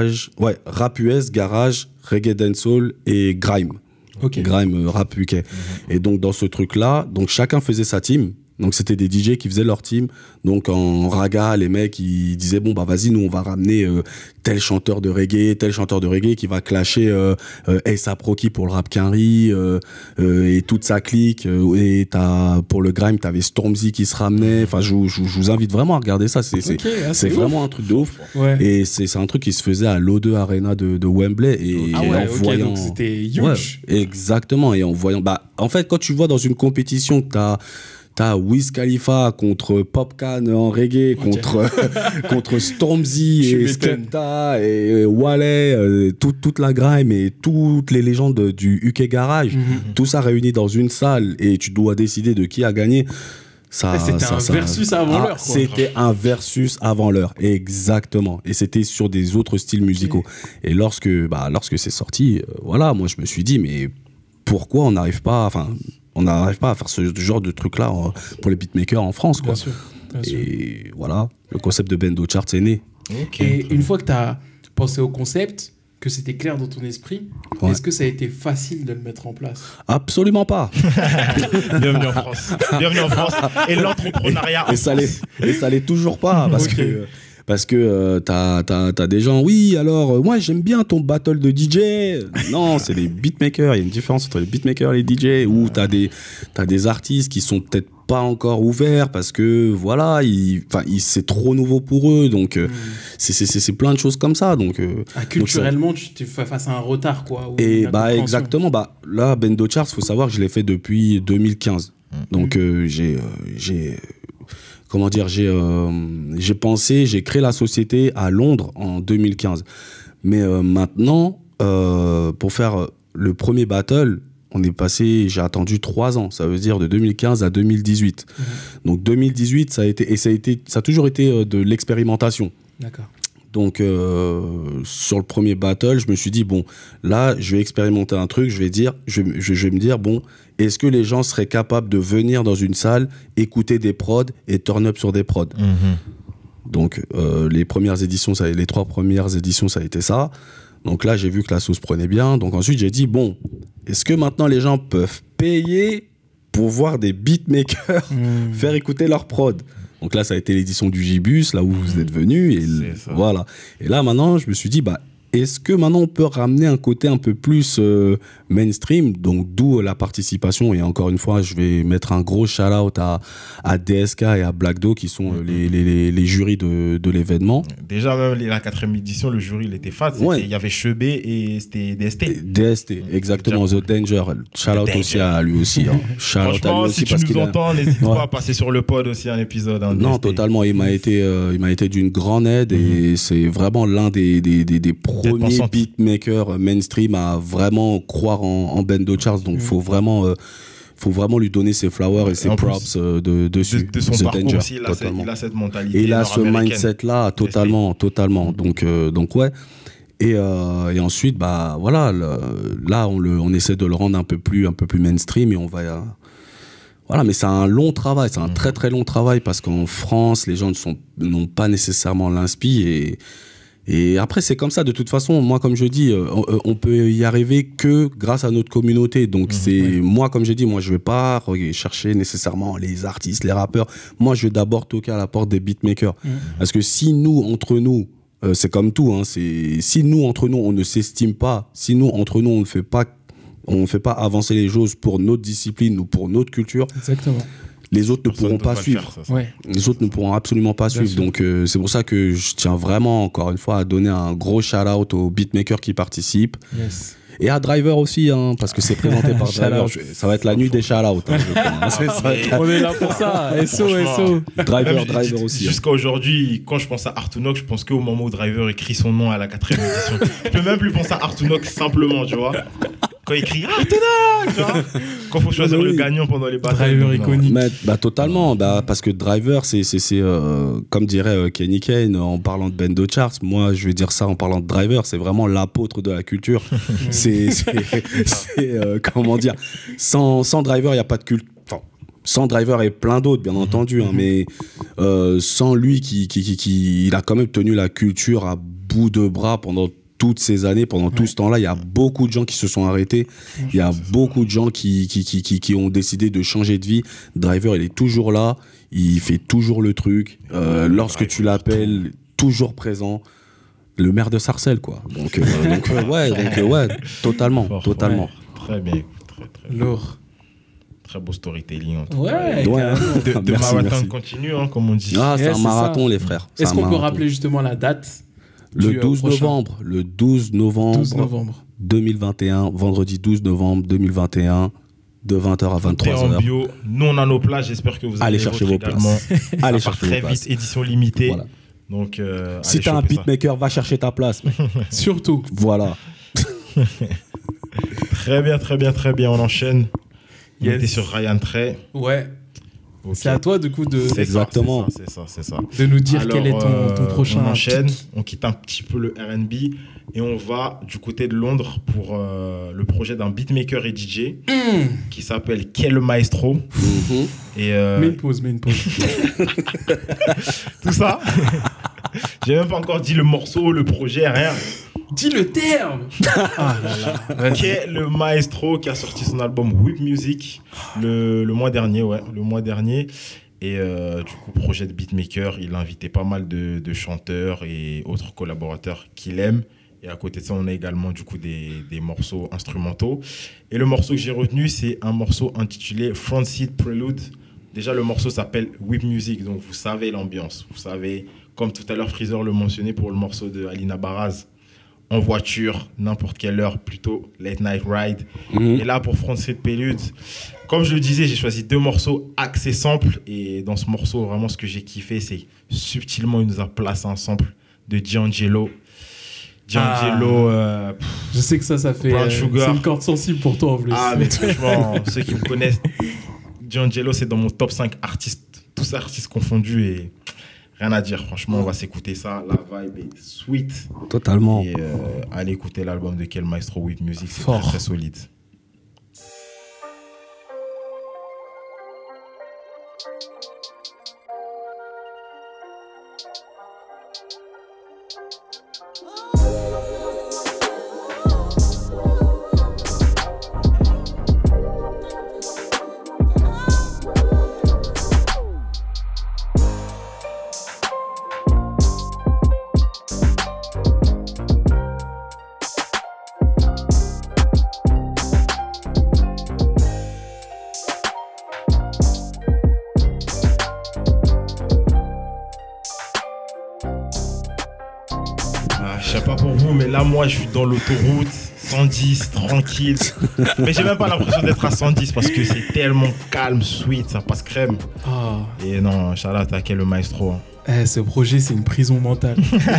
US, garage, reggae dancehall et grime. Ok. Grime, rap UK. Et donc dans ce truc-là, donc chacun faisait sa team. Donc c'était des DJ qui faisaient leur team. Donc en raga, les mecs ils disaient bon bah vas-y, nous on va ramener tel chanteur de reggae qui va clasher A$AP Rocky pour le rap Quinry et toute sa clique. Et pour le grime, t'avais Stormzy qui se ramenait. Enfin, je vous invite vraiment à regarder ça. C'est Ok, ah, c'est ouf. vraiment un truc de ouf. Ouais. Et c'est un truc qui se faisait à l'O2 Arena de Wembley. Et Ah ouais, en ok, voyant... donc c'était huge. Ouais, exactement. Et en voyant... Bah, en fait, quand tu vois dans une compétition que t'as Wiz Khalifa contre Popcan en reggae, contre Stormzy Tu et m'étonnes. Skepta et Wale, toute la grime et toutes les légendes du UK Garage, tout ça réuni dans une salle et tu dois décider de qui a gagné. C'était un versus avant l'heure, quoi. C'était un versus avant l'heure, exactement. Et c'était sur des autres styles musicaux. Et lorsque c'est sorti, voilà, moi je me suis dit, mais pourquoi on n'arrive pas à faire ce genre de truc-là pour les beatmakers en France, quoi. Bien sûr. Bien sûr. Et voilà, le concept de Bendo Charts est né. Ok. Et une fois que tu as pensé au concept, que c'était clair dans ton esprit, Ouais. est-ce que ça a été facile de le mettre en place? Absolument pas. Bienvenue en France. Bienvenue en France. Et l'entrepreneuriat. Et ça l'est toujours pas, parce que t'as des gens, oui, alors moi j'aime bien ton battle de DJ. Non, c'est les beatmakers. Il y a une différence entre les beatmakers et les DJ, où t'as des artistes qui sont peut-être pas encore ouverts parce que voilà, c'est trop nouveau pour eux. Donc c'est plein de choses comme ça. Donc Culturellement, tu fais face à un retard, quoi. ou et une bah incompréhension. exactement, bah là Bendo Charts, faut savoir que je l'ai fait depuis 2015. Donc j'ai créé la société à Londres en 2015. Mais maintenant, pour faire le premier battle, j'ai attendu 3 ans. Ça veut dire de 2015 à 2018. Donc 2018, ça a toujours été de l'expérimentation. D'accord. Donc sur le premier battle, je me suis dit bon, là je vais expérimenter un truc, je vais me dire bon, est-ce que les gens seraient capables de venir dans une salle, écouter des prods et turn up sur des prods. Donc les 3 premières éditions, ça a été ça. Donc là, j'ai vu que la sauce prenait bien. Donc ensuite, j'ai dit bon, est-ce que maintenant les gens peuvent payer pour voir des beatmakers faire écouter leurs prods? Donc là, ça a été l'édition du J-Bus, là où vous êtes venus. Et voilà. Et là, maintenant, je me suis dit, bah, est-ce que maintenant on peut ramener un côté un peu plus mainstream, donc d'où la participation. Et encore une fois, je vais mettre un gros shout-out à DSK et à Black Do qui sont les jurys de l'événement. Déjà, même la 4e édition, le jury, il était fat. Il y avait Chebé et c'était DST. DST, exactement, The Danger. Shout-out aussi à lui aussi. Hein. Shout-out à lui aussi. Si tu nous entends, n'hésite pas à passer sur le pod aussi un épisode. Hein, non, DST. totalement. Il m'a été d'une grande aide et c'est vraiment l'un des pros premier pensante. beatmaker mainstream à vraiment croire en Bendo Charles. Donc, faut vraiment lui donner ses flowers et ses En plus, props dessus. De son The parcours Danger, aussi, totalement. il a cette mentalité Et il a ce nord-américaine. mindset-là, totalement. Donc ouais. Et ensuite, bah voilà, là, on essaie de le rendre un peu plus mainstream et on va. Voilà, mais c'est un long travail, c'est un très très long travail parce qu'en France, les gens n'ont pas nécessairement l'inspi et après, c'est comme ça. De toute façon, moi, comme je dis, on peut y arriver que grâce à notre communauté. Donc, moi, comme j'ai dit, moi, je vais pas chercher nécessairement les artistes, les rappeurs. Moi, je vais d'abord toquer à la porte des beatmakers. Parce que si nous, entre nous, c'est comme tout, hein, si nous, entre nous, on ne s'estime pas, si nous, entre nous, on ne fait pas avancer les choses pour notre discipline ou pour notre culture, Exactement. les autres ne Personne pourront peut pas le suivre. faire, ça. Ouais. Les autres ne pourront absolument pas Bien suivre. sûr. Donc, c'est pour ça que je tiens vraiment, encore une fois, à donner un gros shout-out aux beatmakers qui participent. Yes. Et à Driver aussi, hein, parce que c'est présenté par Driver. Shout-out. Ça va être la nuit des shout-outs. Hein, je crois. Ça va être On est là pour ça. SO, Franchement. SO. Driver aussi. hein. Jusqu'à aujourd'hui, quand je pense à Artunok, je pense qu'au moment où Driver écrit son nom à la 4e édition. Je peux même plus penser à Artunok simplement, tu vois. Quand il écrit Artunok, tu vois. Quand il faut choisir le gagnant pendant les batailles. Driver donc, non. iconique. Bah, totalement, parce que Driver, c'est comme dirait Kenny Kane en parlant de Bendo Charts, moi je vais dire ça en parlant de Driver, c'est vraiment l'apôtre de la culture. c'est comment dire, sans Driver, il n'y a pas de culte. Enfin, sans Driver et plein d'autres, bien entendu, hein, mais sans lui, il a quand même tenu la culture à bout de bras pendant toutes ces années, pendant tout ce temps-là. Il y a beaucoup de gens qui se sont arrêtés. Il y a beaucoup de gens qui ont décidé de changer de vie. Driver, il est toujours là. Il fait toujours le truc. Lorsque tu l'appelles, toujours présent. Le maire de Sarcelles, quoi. Donc, ouais, totalement. Fort, totalement. ouais. Très bien, très Lourd. Très beau storytelling en tout Ouais. cas. Ouais, De merci, marathon merci. continue, hein, comme on dit. Ah, c'est Ouais, un c'est marathon, ça. les frères. C'est Est-ce un qu'on peut marathon. rappeler justement la date Le du 12 prochain novembre. Le 12 novembre. 12 novembre. 2021, vendredi 12 novembre 2021, de 20h à T'es en 23h. bio. Nous, on a nos places. J'espère que vous Allez avez chercher votre vos également. places. Allez Ça part chercher très vos places. vite, édition limitée. Voilà. Donc, Si allez t'as un choper ça. beatmaker, va chercher ta place. Surtout. Voilà. Très bien, très bien, très bien. On enchaîne. On Yes. était sur Ryan Trey. Ouais. Ok. C'est à toi du coup de C'est ça, Exactement. C'est ça. de nous dire Alors, quel est ton prochain. On enchaîne, pic. on quitte un petit peu le R&B et on va du côté de Londres pour le projet d'un beatmaker et DJ qui s'appelle Quel Maestro. Mhm. Et Mets une pause. tout ça, j'ai même pas encore dit le morceau, le projet, rien. Dis le terme. Ah là là. Vas-y. Quel Maestro qui a sorti son album Whip Music le mois dernier, Et du coup, projet de beatmaker, il a invité pas mal de chanteurs et autres collaborateurs qu'il aime. Et à côté de ça, on a également du coup des morceaux instrumentaux. Et le morceau que j'ai retenu, c'est un morceau intitulé Front Seat Prelude. Déjà, le morceau s'appelle Whip Music, donc vous savez l'ambiance. Vous savez, comme tout à l'heure, Freezer le mentionnait pour le morceau de Alina Baraz, en voiture, n'importe quelle heure, plutôt late night ride. Mhm. Et là, pour Front Seat Prelude, comme je le disais, j'ai choisi 2 morceaux axés samples. Et dans ce morceau, vraiment, ce que j'ai kiffé, c'est subtilement, il nous a placé un sample de D'Angelo. D'Angelo, Je sais que ça fait. Brown Sugar. C'est une corde sensible pour toi en plus. ah, mais franchement, ceux qui me connaissent, D'Angelo, c'est dans mon top 5 artistes, tous artistes confondus. Et rien à dire, franchement, on va s'écouter ça. La vibe est sweet. Totalement. Et allez écouter l'album de Quel Maestro Whip Music, c'est Fort. très très solide. Je sais pas pour vous, mais là, moi, je suis dans l'autoroute, 110, tranquille. Mais j'ai même pas l'impression d'être à 110 parce que c'est tellement calme, sweet, ça passe crème. Ah. Et non, Charlotte, à quel maestro. Hein. Ce projet, c'est une prison mentale.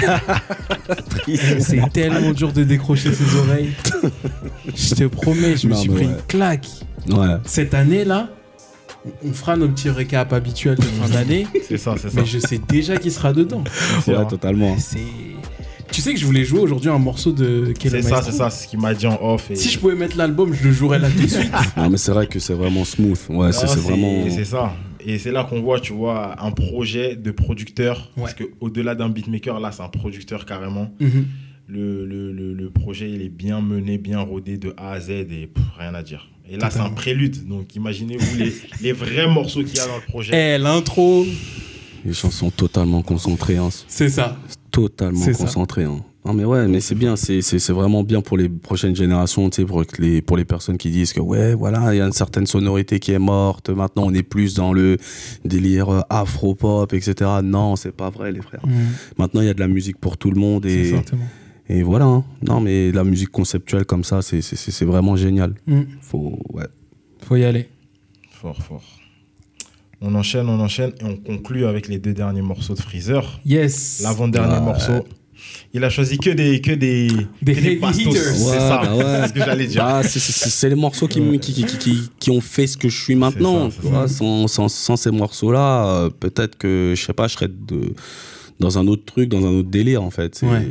C'est tellement dur de décrocher ses oreilles. Je te promets, je me Non, suis mais pris ouais. une claque. Ouais. Cette année-là, on fera nos petits récaps habituels de fin d'année. C'est ça. Mais je sais déjà qui sera dedans. Ouais, totalement. C'est... Tu sais que je voulais jouer aujourd'hui un morceau de Quel C'est Maestro. ça, c'est ce qu'il m'a dit en off. Et... Si je pouvais mettre l'album, je le jouerais là tout de suite. Non, mais c'est vrai que c'est vraiment smooth. Ouais, c'est vraiment. C'est ça. Et c'est là qu'on voit, tu vois, un projet de producteur. Ouais. Parce qu'au-delà d'un beatmaker, là, c'est un producteur carrément. Mhm. Le projet, il est bien mené, bien rodé de A à Z et rien à dire. Et là, c'est un Totalement. prélude. Donc, imaginez-vous les vrais morceaux qu'il y a dans le projet. L'intro, Les chansons totalement concentrées. Hein. c'est ça. Totalement C'est ça. concentrées. Hein. Non, mais ouais, mais c'est bien. C'est vraiment bien pour les prochaines générations, tu sais, pour les personnes qui disent que, ouais, voilà, il y a une certaine sonorité qui est morte. Maintenant, on est plus dans le délire afro-pop, etc. Non, c'est pas vrai, les frères. Maintenant, il y a de la musique pour tout le monde. Et, Exactement. et voilà. Hein. Non, mais la musique conceptuelle comme ça, c'est vraiment génial. Ouais. Faut y aller. Fort. On enchaîne et on conclut avec les 2 derniers morceaux de Freezer. Yes. L'avant-dernier morceau. Il a choisi que des heavy bastos. hitters. C'est Ouais, ça, bah ouais. c'est ce que j'allais dire. Ah, c'est les morceaux qui ont fait ce que je suis maintenant. C'est ça, Tu vois, sans ces morceaux-là, peut-être que, je sais pas, je serais dans un autre truc, dans un autre délire, en fait. Ouais.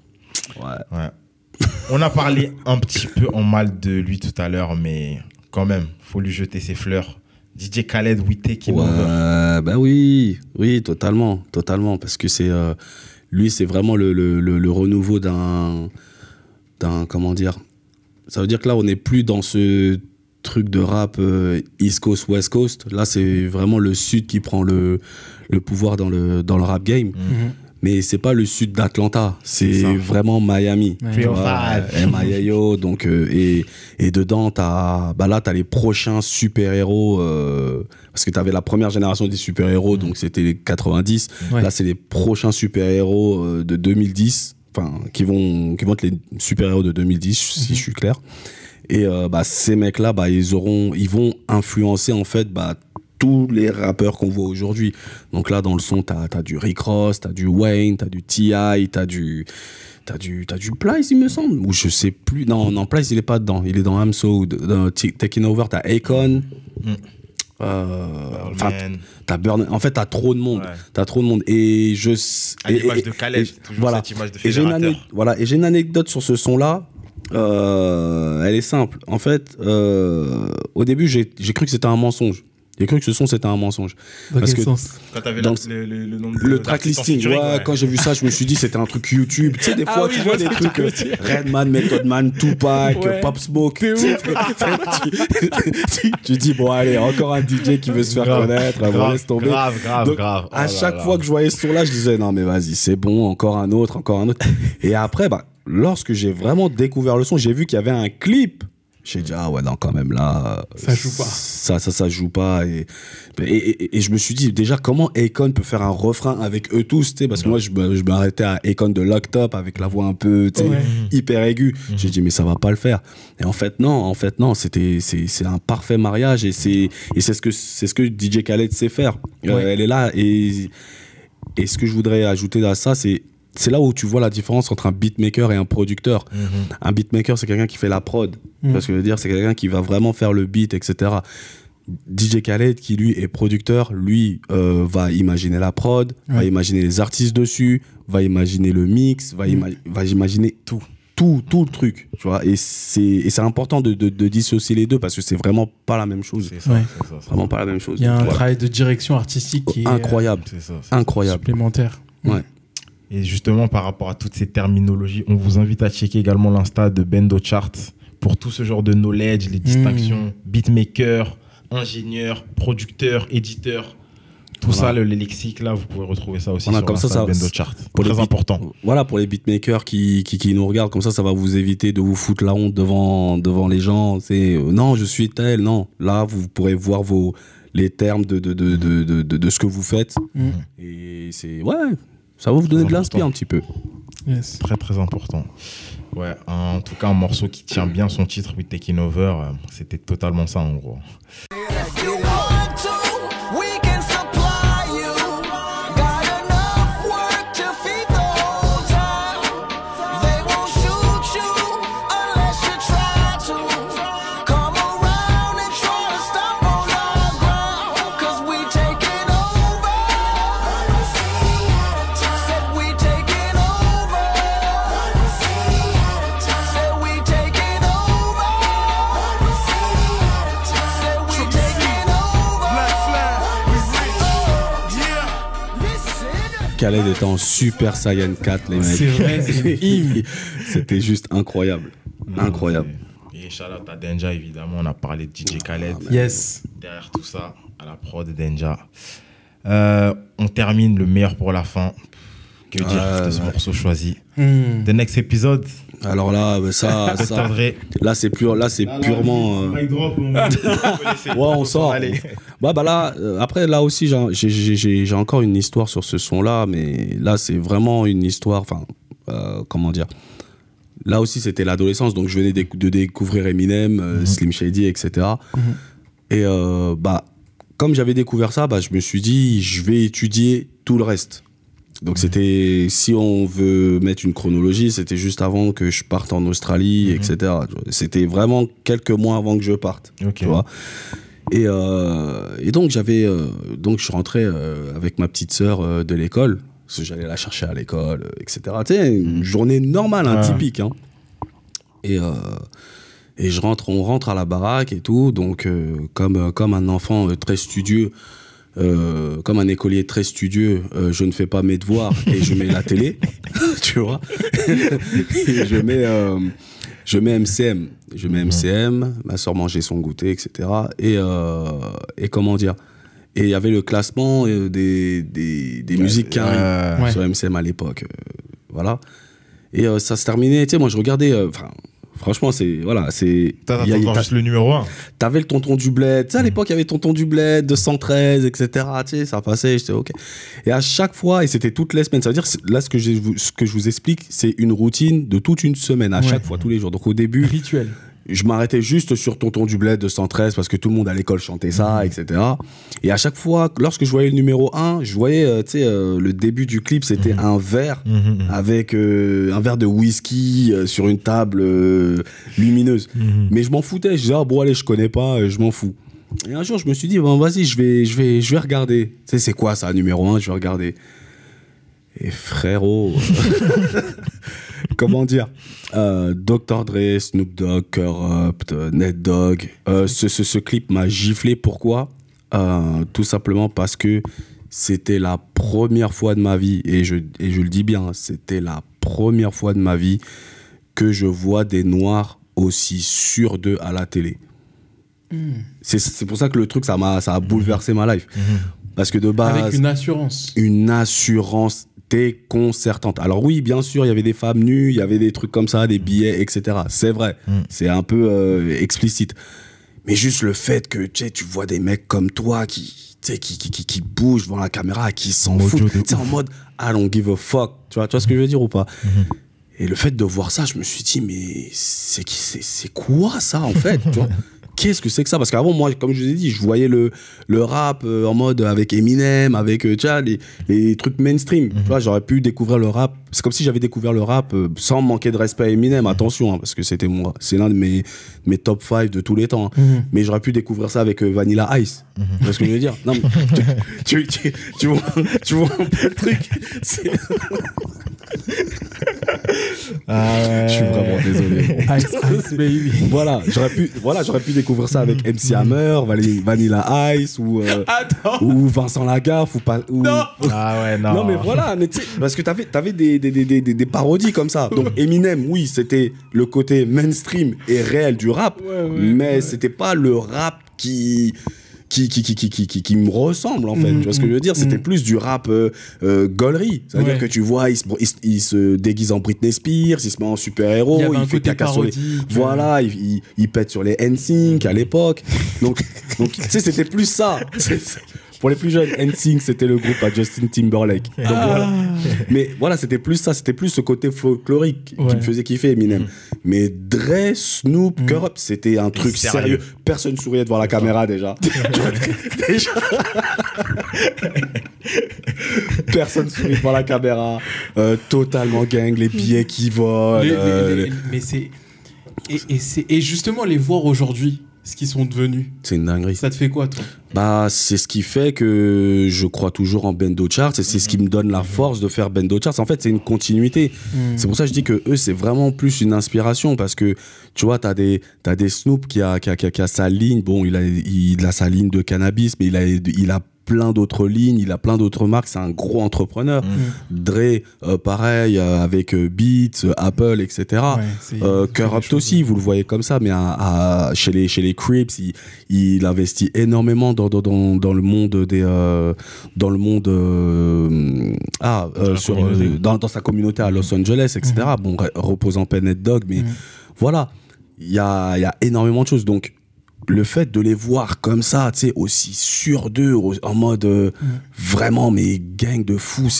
On a parlé un petit peu en mal de lui tout à l'heure, mais quand même, faut lui jeter ses fleurs. DJ Khaled, We Take Him Over. Ouais, bah oui, totalement, parce que lui, c'est vraiment le renouveau d'un, comment dire, ça veut dire que là, on n'est plus dans ce truc de rap East Coast, West Coast. Là, c'est vraiment le Sud qui prend le pouvoir dans le rap game. Mais c'est pas le sud d'Atlanta, c'est vraiment Miami. Ouais. Tu vois, MIAO, donc et dedans t'as les prochains super-héros parce que t'avais la première génération des super-héros, donc c'était les 90. Ouais. Là, c'est les prochains super-héros de 2010, enfin qui vont être les super-héros de 2010 si je suis clair. Et ces mecs-là, ils vont influencer en fait tous les rappeurs qu'on voit aujourd'hui. Donc là, dans le son, t'as du Rick Ross, t'as du Wayne, t'as du T.I., t'as du Plies, il me semble. Ou je sais plus. Non, Plies, il est pas dedans. Il est dans Amso. Dans Taking Over, t'as Akon. T'as Burn. En fait, t'as trop de monde. Ouais. T'as trop de monde. Et À l'image de Khaled, toujours voilà. cette image de Et fédérateur. j'ai une anecdote sur ce son-là. Elle est simple. En fait, au début, j'ai cru que c'était un mensonge. J'ai cru que ce son c'était un mensonge. Dans Parce quel que sens? Quand t'avais dans le nombre le track listing, quand j'ai vu ça, je me suis dit c'était un truc YouTube. Tu sais, des fois, oui, tu je vois vois des ce que trucs tu veux dire. Redman, Method Man, Tupac, Ouais. Pop Smoke. T'es Tu sais, ouf. tu dis, bon, allez, encore un DJ qui veut se faire connaître. Bon, laisse tomber. Grave. Donc, Oh à là chaque là. fois que je voyais ce tour-là, je disais, non, mais vas-y, c'est bon, encore un autre. Et après, lorsque j'ai vraiment découvert le son, j'ai vu qu'il y avait un clip. J'ai dit, ah ouais, non, quand même, là. Ça joue pas. Ça joue pas. Et je me suis dit, déjà, comment Akon peut faire un refrain avec eux tous, tu sais, parce que moi, je m'arrêtais à Akon de Locked Up avec la voix un peu, tu sais, hyper aiguë. J'ai dit, mais ça va pas le faire. Et en fait, non, c'est un parfait mariage et c'est ce que DJ Khaled sait faire. Elle est là et ce que je voudrais ajouter à ça, c'est là où tu vois la différence entre un beatmaker et un producteur. Un beatmaker, c'est quelqu'un qui fait la prod. Parce que je veux dire, c'est quelqu'un qui va vraiment faire le beat, etc. DJ Khaled, qui lui est producteur, lui va imaginer la prod, va imaginer les artistes dessus, va imaginer le mix, va imaginer tout le truc. Tu vois, et c'est important de dissocier les deux parce que c'est vraiment pas la même chose. C'est ça, Ouais. c'est ça, c'est Vraiment ça. pas la même chose. Il y a un Voilà. travail de direction artistique qui est Incroyable. C'est ça, c'est Incroyable. supplémentaire. Ouais. Et justement, par rapport à toutes ces terminologies, on vous invite à checker également l'Insta de Bendo Charts pour tout ce genre de knowledge, les distinctions, beatmaker, ingénieur, producteur, éditeur. Tout ça, le lexique, là, vous pouvez retrouver ça aussi Voilà, sur comme ça, l'Insta de ça- Bendo Charts. pour les Très beat- important. Voilà, pour les beatmakers qui nous regardent, comme ça va vous éviter de vous foutre la honte devant les gens. C'est non, je suis tel. Non, là, vous pourrez voir les termes de ce que vous faites. Et ça va vous donner de l'inspi un petit peu. Yes. Très, très important. Ouais, en tout cas, un morceau qui tient bien son titre, We Taking Over, c'était totalement ça, en gros. If you want to, we can supply you. Got enough Khaled était en Super Saiyan 4, les mecs. C'est vrai, c'est une C'était juste incroyable. Incroyable. Et shout out à Denja, évidemment. On a parlé de DJ Khaled. Yes. Derrière tout ça, à la prod de Denja. On termine le meilleur pour la fin. Que dire de ce morceau choisi? The next episode. Alors là, ça Dr. Dre. là c'est purement. Ouais, on sort. Bah là, après là aussi, j'ai encore une histoire sur ce son-là, mais là c'est vraiment une histoire. Enfin, comment dire? Là aussi, c'était l'adolescence, donc je venais de découvrir Eminem, Slim Shady, etc. Et bah, comme j'avais découvert ça, bah, je me suis dit, je vais étudier tout le reste. Donc c'était, si on veut mettre une chronologie, c'était juste avant que je parte en Australie, etc. C'était vraiment quelques mois avant que je parte, tu vois. Et donc donc je suis rentré avec ma petite sœur de l'école, parce que j'allais la chercher à l'école, etc. Tu sais, une journée normale, typique. Hein. Et on rentre à la baraque et tout, donc comme un enfant très studieux, comme un écolier très studieux, je ne fais pas mes devoirs et je mets la télé, tu vois. Et je mets MCM. Je mets MCM, ma soeur mangeait son goûter, etc. Et comment dire? Et il y avait le classement des musiques qui arrivent sur MCM à l'époque. Voilà. Et ça se terminait, tu sais, moi je regardais... franchement, T'as juste le numéro 1. T'avais le tonton du bled. Tu sais, à l'époque, il y avait tonton du bled, 213, etc. Tu sais, ça passait, j'étais OK. Et à chaque fois, et c'était toutes les semaines, ça veut dire, là, ce que je vous explique, c'est une routine de toute une semaine, à chaque fois, tous les jours. Donc au début... Rituel. Je m'arrêtais juste sur Tonton du Bled 213 parce que tout le monde à l'école chantait ça, etc. Et à chaque fois, lorsque je voyais le numéro 1, je voyais, le début du clip, c'était un verre avec un verre de whisky sur une table lumineuse. Mais je m'en foutais. Je disais, ah bon, allez, je connais pas, je m'en fous. Et un jour, je me suis dit, bon, vas-y, je vais regarder. Tu sais, c'est quoi ça, numéro 1? Je vais regarder. Et frérot, comment dire, Dr. Dre, Snoop Dogg, Corrupt, Ned Dogg, ce clip m'a giflé. Pourquoi? Tout simplement parce que c'était la première fois de ma vie, et je le dis bien, c'était la première fois de ma vie que je vois des Noirs aussi sûrs d'eux à la télé. C'est pour ça que le truc, ça a bouleversé ma life. Parce que de base... Avec une assurance. Une assurance déconcertante. Alors oui, bien sûr, il y avait des femmes nues, il y avait des trucs comme ça, des billets, etc. C'est vrai, c'est un peu explicite. Mais juste le fait que tu vois des mecs comme toi qui bougent devant la caméra, qui s'en foutent, en mode « I don't give a fuck ». Tu vois ce que je veux dire ou pas? Et le fait de voir ça, je me suis dit « Mais c'est quoi ça en fait ?» Tu vois? Qu'est-ce que c'est que ça? Parce qu'avant, moi, comme je vous ai dit, je voyais le rap en mode avec Eminem, avec les trucs mainstream. Tu vois, j'aurais pu découvrir le rap. C'est comme si j'avais découvert le rap sans manquer de respect à Eminem, attention, hein, parce que c'est l'un de mes top 5 de tous les temps. Hein. Mais j'aurais pu découvrir ça avec Vanilla Ice. Tu vois ce que je veux dire? Non, mais tu vois un peu le truc. Je suis vraiment désolé. Ice Baby. Voilà, j'aurais pu découvrir ça avec MC Hammer, Vanilla Ice ou Vincent Lagaffe Non. Ah ouais, non. Non mais voilà, mais parce que t'avais des parodies comme ça. Donc Eminem, oui, c'était le côté mainstream et réel du rap, mais c'était pas le rap qui me ressemble en fait. Tu vois ce que je veux dire? C'était plus du rap gaulerie. C'est-à-dire que tu vois, il se déguise en Britney Spears, il se met en super-héros, il fait caca sur les... Voilà, il pète sur les NSYNC à l'époque. Donc tu sais, c'était plus ça. Pour les plus jeunes, NSYNC, c'était le groupe à Justin Timberlake. Donc, voilà. Mais voilà, c'était plus ça, c'était plus ce côté folklorique qui me faisait kiffer Eminem. Mais Dre, Snoop, Corrupt, c'était un truc sérieux. Personne souriait devant la caméra déjà. Déjà. Personne sourit devant la caméra. Totalement gang, les billets qui volent. Mais c'est... Et justement, les voir aujourd'hui, ce qu'ils sont devenus. C'est une dinguerie. Ça te fait quoi, toi? Bah, c'est ce qui fait que je crois toujours en Bendo Charts et c'est ce qui me donne la force de faire Bendo Charts. En fait, c'est une continuité. C'est pour ça que je dis que eux, c'est vraiment plus une inspiration parce que tu vois, t'as des Snoop qui a sa ligne. Bon, il a sa ligne de cannabis, mais il a plein d'autres lignes, il a plein d'autres marques, c'est un gros entrepreneur. Dre, pareil, avec Beats, Apple, etc. Kurupt aussi, vous le voyez comme ça, mais chez les Crips, il investit énormément dans le monde des dans sa communauté à Los Angeles, etc. Bon, reposant Planet Dog, mais voilà, il y a énormément de choses. Donc le fait de les voir comme ça, tu sais, aussi sûrs d'eux, en mode vraiment, mais gang de fous,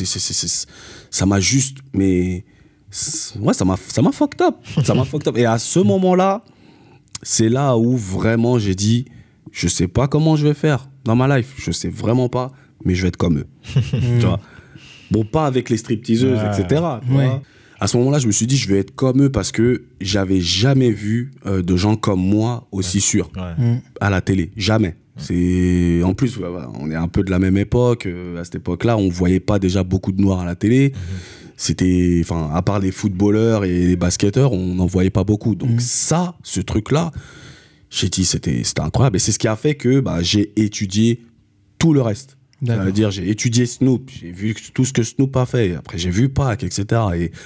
ça m'a juste, mais ouais, ça m'a fucked up. Ça m'a fucked up. Et à ce moment-là, c'est là où vraiment j'ai dit, je sais pas comment je vais faire dans ma life, je sais vraiment pas, mais je vais être comme eux. Tu vois. Bon, pas avec les stripteaseuses, etc. Tu vois. À ce moment-là, je me suis dit, je vais être comme eux parce que j'avais jamais vu de gens comme moi aussi sûrs à la télé. Jamais. En plus, on est un peu de la même époque. À cette époque-là, on voyait pas déjà beaucoup de noirs à la télé. C'était, enfin, à part les footballeurs et les basketteurs, on n'en voyait pas beaucoup. Donc ce truc-là, j'ai dit, c'était incroyable. Et c'est ce qui a fait que j'ai étudié tout le reste. C'est-à-dire, j'ai étudié Snoop, j'ai vu tout ce que Snoop a fait. Après, j'ai vu Pac, etc.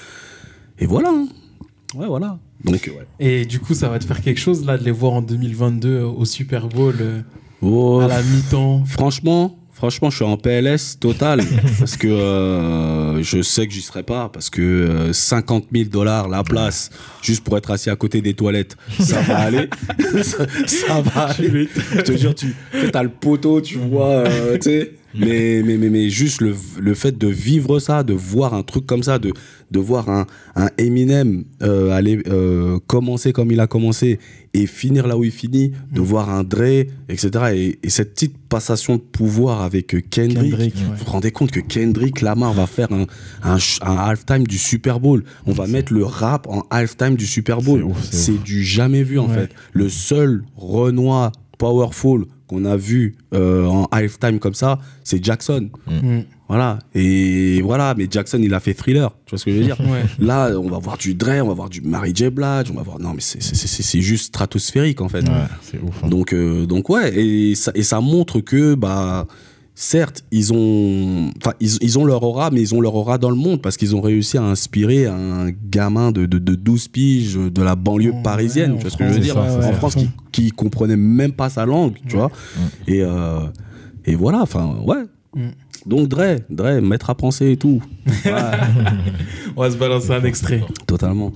Et voilà. Hein. Ouais, voilà. Donc, ouais. Et du coup, ça va te faire quelque chose, là, de les voir en 2022 au Super Bowl, à la mi-temps. Franchement, je suis en PLS total. Parce que je sais que j'y serai pas. Parce que $50,000 la place, juste pour être assis à côté des toilettes, ça va aller. ça va aller. Je te jure, tu as le poteau, tu vois, tu sais. Mais juste le fait de vivre ça, de voir un truc comme ça, de voir un Eminem aller commencer comme il a commencé et finir là où il finit, de voir un Dre, etc. Et cette petite passation de pouvoir avec Kendrick. Vous vous rendez compte que Kendrick Lamar va faire un halftime du Super Bowl. On va mettre le rap en halftime du Super Bowl. C'est du jamais vu en fait. Le seul Renoir powerful qu'on a vu en halftime comme ça, c'est Jackson. Voilà. Et voilà, mais Jackson, il a fait Thriller. Tu vois ce que je veux dire? Là, on va voir du Dre, on va voir du Mary J. Blige, on va voir. Non, mais c'est juste stratosphérique en fait. C'est ouf. Hein. Donc ouais, et ça montre que certes, ils ont leur aura, mais ils ont leur aura dans le monde parce qu'ils ont réussi à inspirer un gamin de 12 piges de la banlieue parisienne, tu vois ce que je veux dire, en France, qui comprenait même pas sa langue, tu vois. Et voilà, enfin, ouais. Donc Dre, mettre à penser et tout. Ouais. On va se balancer un extrait. Totalement.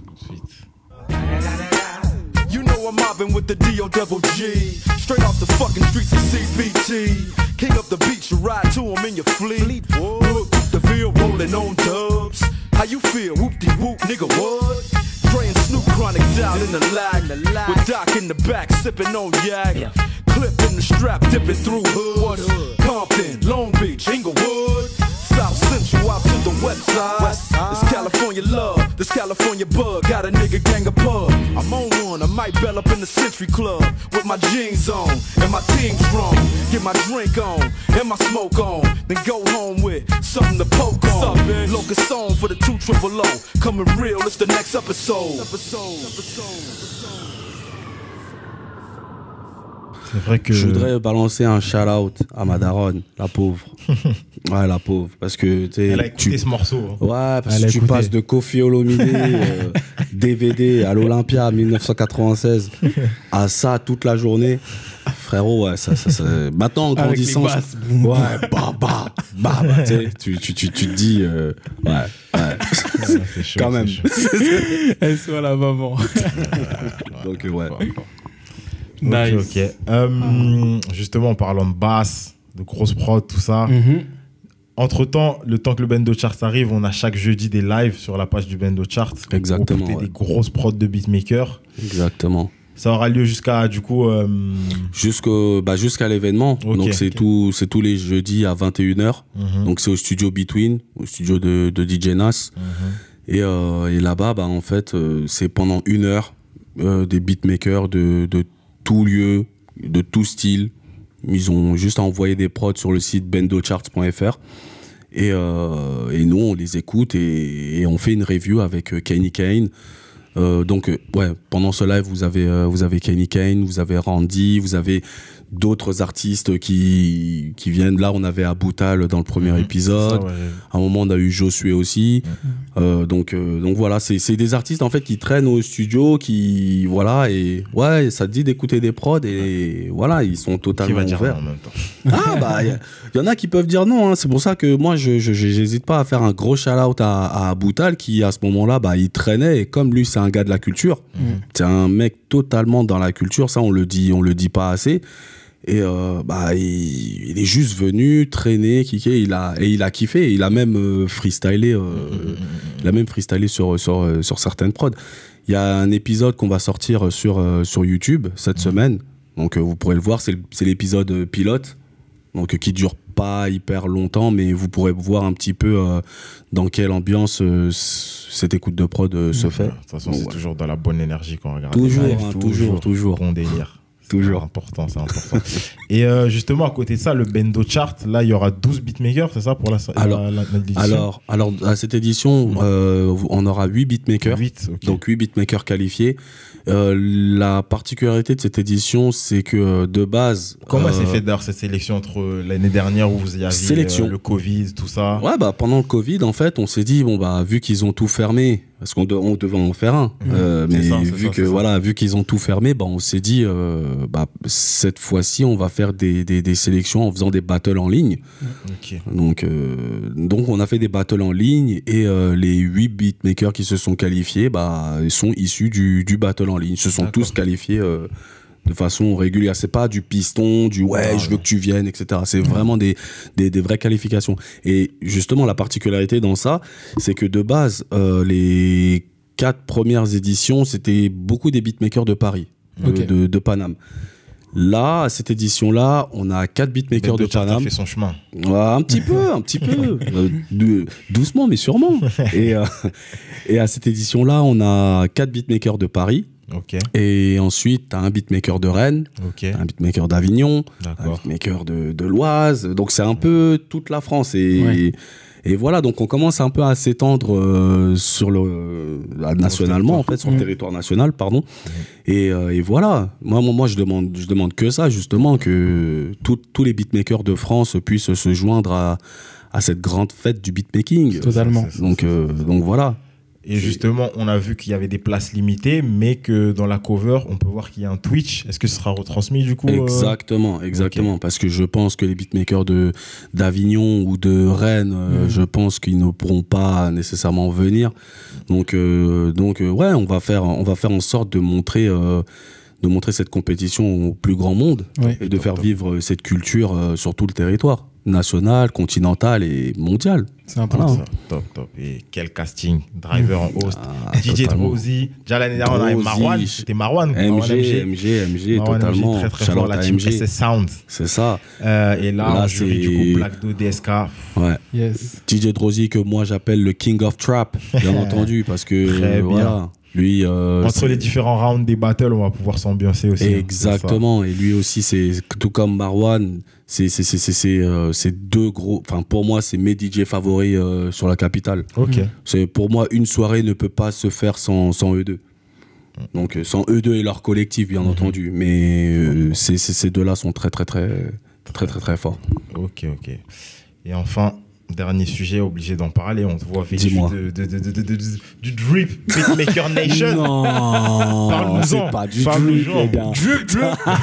You know I'm mobbing with the D.O. Double G. Straight off the fucking streets of CBT. King up the beach, you ride to him in your fleet. Look, the field rolling on dubs. How you feel? Whoop-de-whoop, nigga, what? Dre and Snoop Chronic down in the lag. With Doc in the back, sipping on yak. Clip in the strap, dipping through hood. Compton, Long Beach, Inglewood. South Central out to the west side. This California love, this California bug. Got a nigga gang of pub. I'm on one, I might bell up in the Century Club. With my jeans on, and my team strong. Get my drink on, and my smoke on. Then go home with something to poke on. Locust on for the 200. Coming real, it's the next episode. C'est vrai que... Je voudrais balancer un shout-out à ma daronne, la pauvre. Ouais, la pauvre. Parce que elle a écouté ce morceau. Ouais, parce que tu passes de Kofi Olomide, DVD à l'Olympia 1996, à ça toute la journée. Frérot, ouais, ça. Maintenant, en grandissant. Ouais, tu te dis. Ouais. C'est chaud, quand même. Elle soit la maman. Donc, ouais. Nice. Ok. Justement, en parlant de basse, de grosses prod, tout ça. Entre-temps, le temps que le Bendo Chart arrive, on a chaque jeudi des lives sur la page du Bendo Chart. Exactement. Pour des grosses prods de beatmakers. Exactement. Ça aura lieu jusqu'à, du coup... jusqu'à l'événement. Okay, donc, c'est tous les jeudis à 21h. Donc, c'est au studio Between, au studio de DJ Nas. Et là-bas, en fait, c'est pendant 1 heure des beatmakers de tout lieu, de tout style. Ils ont juste envoyé des prods sur le site bendocharts.fr et nous on les écoute et on fait une review avec Kenny Kane, Ouais, pendant ce live, vous avez Kenny Kane, vous avez Randy, vous avez d'autres artistes qui viennent. Là, on avait Aboutal dans le premier épisode. Ça, ouais. À un moment, on a eu Josué aussi. Donc voilà, c'est des artistes en fait qui traînent au studio, qui voilà, et ouais, ça te dit d'écouter des prods et voilà, ils sont Qui totalement va dire ouverts. non en même temps. Ah bah il y en a qui peuvent dire non, hein. C'est pour ça que moi j'hésite pas à faire un gros shout-out à Aboutal qui à ce moment-là il traînait, et comme lui c'est un gars de la culture, c'est un mec totalement dans la culture, ça on le dit pas assez. Et il est juste venu traîner, kicker, il a kiffé, il a même freestylé, sur certaines prods. Il y a un épisode qu'on va sortir sur YouTube cette semaine, donc vous pourrez le voir, c'est l'épisode pilote, donc qui dure pas hyper longtemps, mais vous pourrez voir un petit peu dans quelle ambiance cette écoute de prod se fait. De toute façon, c'est toujours dans la bonne énergie qu'on regarde. Toujours, les lives, hein, toujours. Bon délire. Toujours. C'est important. Et justement, à côté de ça, le Bendo Chart, là, il y aura 12 beatmakers, c'est ça, pour l'édition? Alors, à cette édition, on aura 8 beatmakers. 8, ok. Donc 8 beatmakers qualifiés. La particularité de cette édition, c'est que de base... Comment s'est fait d'ailleurs cette sélection entre l'année dernière où vous y aviez le Covid, tout ça? Ouais, pendant le Covid, en fait, on s'est dit, vu qu'ils ont tout fermé, parce qu'on devait en faire un, vu qu'ils ont tout fermé, on s'est dit, cette fois-ci, on va faire des sélections en faisant des battles en ligne. Okay. Donc, on a fait des battles en ligne, et les 8 beatmakers qui se sont qualifiés, ils sont issus du battle en ligne. Ils se sont tous qualifiés de façon régulière. C'est pas du piston, je veux que tu viennes, etc. C'est vraiment des vraies qualifications. Et justement, la particularité dans ça, c'est que de base, les 4 premières éditions, c'était beaucoup des beatmakers de Paris, de Paname. Là, à cette édition-là, on a 4 beatmakers de Paname. fait son chemin. Ouais, un petit peu. Doucement, mais sûrement. Et à cette édition-là, on a 4 beatmakers de Paris. Okay. Et ensuite, tu as un beatmaker de Rennes, un beatmaker d'Avignon, un beatmaker de l'Oise. Donc, c'est un peu toute la France. Et voilà, donc on commence un peu à s'étendre nationalement, en fait, sur le territoire national, pardon. Et voilà, moi je demande que ça, justement, que tous les beatmakers de France puissent se joindre à cette grande fête du beatmaking. Totalement. Donc voilà. Et justement, on a vu qu'il y avait des places limitées, mais que dans la cover, on peut voir qu'il y a un Twitch. Est-ce que ce sera retransmis du coup Exactement. Okay. Parce que je pense que les beatmakers d'Avignon ou de Rennes, je pense qu'ils ne pourront pas nécessairement venir. Donc on va faire en sorte de montrer cette compétition au plus grand monde et de faire vivre cette culture sur tout le territoire national, continental et mondial. C'est important. Top. Et quel casting. Driver en host. DJ Drozy. Déjà l'année dernière, on avait Marwan. C'était Marwan. MG, totalement. Très fort, la team SS Sound. C'est ça. Et là, on jury du coup Black Do, DSK. Ouais. Yes. DJ Drozy, que moi j'appelle le King of Trap, bien entendu, parce que très bien. Lui, entre les différents rounds des battles, on va pouvoir s'ambiancer aussi. Exactement. Et lui aussi, c'est tout comme Marwan, c'est deux gros. Enfin, pour moi, c'est mes DJ favoris sur la capitale. Ok. C'est pour moi, une soirée ne peut pas se faire sans eux deux. Donc sans eux deux et leur collectif, bien entendu. Mais ces deux-là sont très forts. Ok. Et enfin. Dernier sujet, obligé d'en parler. On te voit vêtu du Drip Beatmaker Nation. Non, parle-nous-en. C'est pas du Drip, les gars. Drip.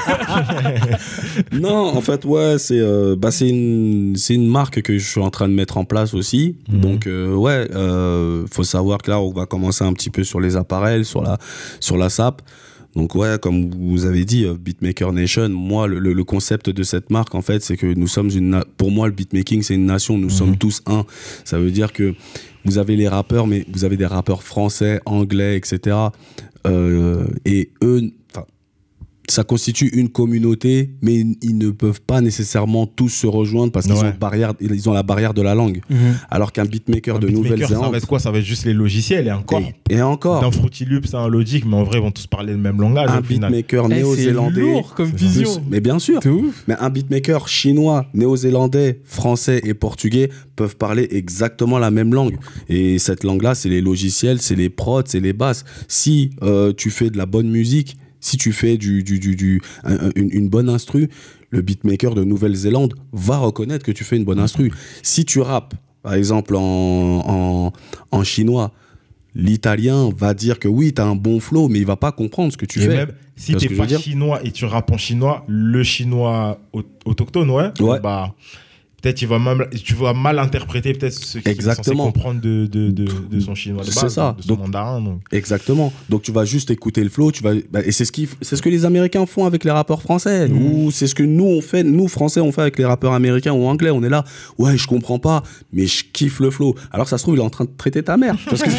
Non, en fait, c'est une marque que je suis en train de mettre en place aussi. Donc, faut savoir que là, on va commencer un petit peu sur les appareils, sur la SAP. Donc comme vous avez dit, Beatmaker Nation, moi le concept de cette marque en fait, c'est que nous sommes pour moi le beatmaking c'est une nation, nous sommes tous un. Ça veut dire que vous avez les rappeurs, mais vous avez des rappeurs français, anglais, etc. Et eux, ça constitue une communauté, mais ils ne peuvent pas nécessairement tous se rejoindre parce qu'ils ont la barrière de la langue. Alors qu'un beatmaker de Nouvelle-Zélande... Ça va être quoi? Ça va être juste les logiciels et encore. Dans Fruity Loops, c'est un Logic, mais en vrai, ils vont tous parler le même langage. Un beatmaker néo-zélandais... C'est lourd comme vision. Mais bien sûr. Mais un beatmaker chinois, néo-zélandais, français et portugais peuvent parler exactement la même langue. Et cette langue-là, c'est les logiciels, c'est les prods, c'est les basses. Si tu fais de la bonne musique, si tu fais une bonne instru, le beatmaker de Nouvelle-Zélande va reconnaître que tu fais une bonne instru. Si tu rappes, par exemple, en chinois, l'italien va dire que oui, tu as un bon flow, mais il va pas comprendre ce que tu fais. Même si tu n'es pas chinois et tu rappes en chinois, le chinois autochtone, bah... Peut-être tu vas mal interpréter peut-être ce qu'il est censé comprendre de son chinois de base, c'est ça. De son mandarin. Donc. Exactement. Donc tu vas juste écouter le flow, et c'est ce que les Américains font avec les rappeurs français, ou c'est ce que nous Français on fait avec les rappeurs américains ou anglais. On est là, ouais, je comprends pas, mais je kiffe le flow. Alors ça se trouve il est en train de traiter ta mère. Parce que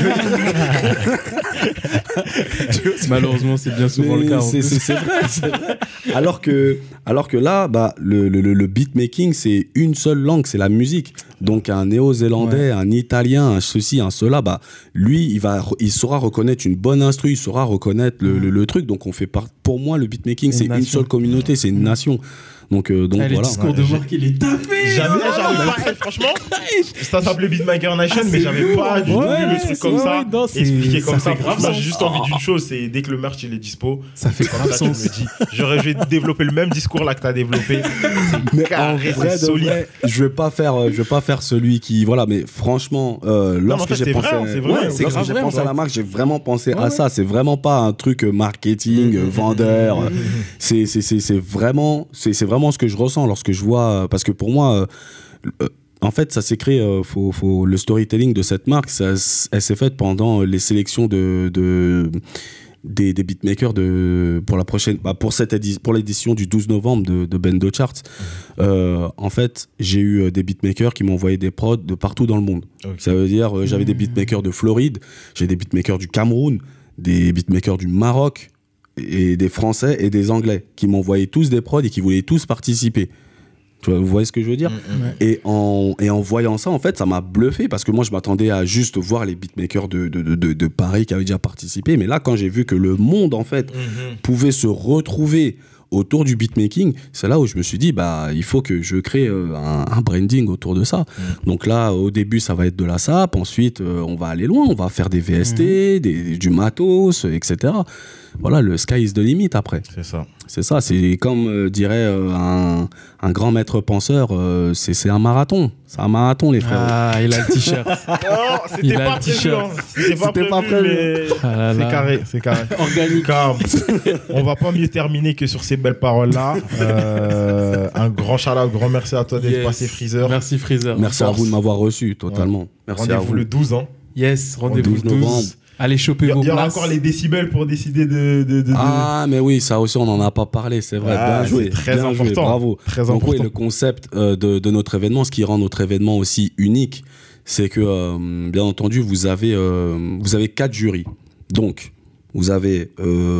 malheureusement c'est bien souvent le cas. C'est vrai. Alors que là, bah le beatmaking c'est une seule langue, c'est la musique. Donc un néo-zélandais, un italien, un ceci, un cela, bah lui il saura reconnaître une bonne instru, il saura reconnaître le truc. Donc on fait pour moi le beatmaking c'est une seule communauté, c'est une nation. Donc voilà. Le discours de Marc, il est tapé. J'avais pas, franchement, ça s'appelait Beatmaker Nation, mais j'avais pas du tout vu le truc comme ça, expliqué comme ça. Moi, j'ai juste envie d'une chose, c'est dès que le merch il est dispo, ça fait grave sens. Je vais développer le même discours là que t'as développé. Mais en vrai, solide. Je vais pas faire celui qui, voilà, mais franchement, lorsque j'ai pensé à la marque, j'ai vraiment pensé à ça. C'est vraiment pas un truc marketing, vendeur. C'est vraiment ce que je ressens lorsque je vois, parce que pour moi, en fait, ça s'est créé, le storytelling de cette marque, elle s'est faite pendant les sélections des beatmakers pour l'édition du 12 novembre de Bendo Charts. En fait, j'ai eu des beatmakers qui m'ont envoyé des prods de partout dans le monde. Okay. Ça veut dire, j'avais des beatmakers de Floride, j'ai des beatmakers du Cameroun, des beatmakers du Maroc, et des Français et des Anglais qui m'envoyaient tous des prods et qui voulaient tous participer. Tu vois, vous voyez ce que je veux dire? Et en voyant ça, en fait, ça m'a bluffé parce que moi, je m'attendais à juste voir les beatmakers de Paris qui avaient déjà participé. Mais là, quand j'ai vu que le monde, en fait, pouvait se retrouver autour du beatmaking, c'est là où je me suis dit, bah, il faut que je crée un branding autour de ça. Donc là, au début, ça va être de la SAP. Ensuite, on va aller loin. On va faire des VST, du matos, etc. Voilà, le sky is the limit après. C'est ça. C'est comme dirait un grand maître penseur, c'est un marathon. C'est un marathon, les frères. Ah, il a le t-shirt. Non, c'était pas prévu. C'était pas prévu, mais c'est carré. Organique. On va pas mieux terminer que sur ces belles paroles-là. Un grand shout-out, grand merci à toi d'être passé, Freezer. Merci, Freezer. Merci à vous de m'avoir reçu, totalement. Merci à vous. Rendez-vous le 12, hein. Yes, rendez-vous le 12 novembre. Allez choper vos places. Il y aura encore les décibels pour décider de... Ah, mais oui, ça aussi, on n'en a pas parlé, c'est vrai. Bien joué. C'est très important. Bravo. Très Donc, important. oui, le concept de notre événement, ce qui rend notre événement aussi unique, c'est que, bien entendu, vous avez 4 jurys. Donc, vous avez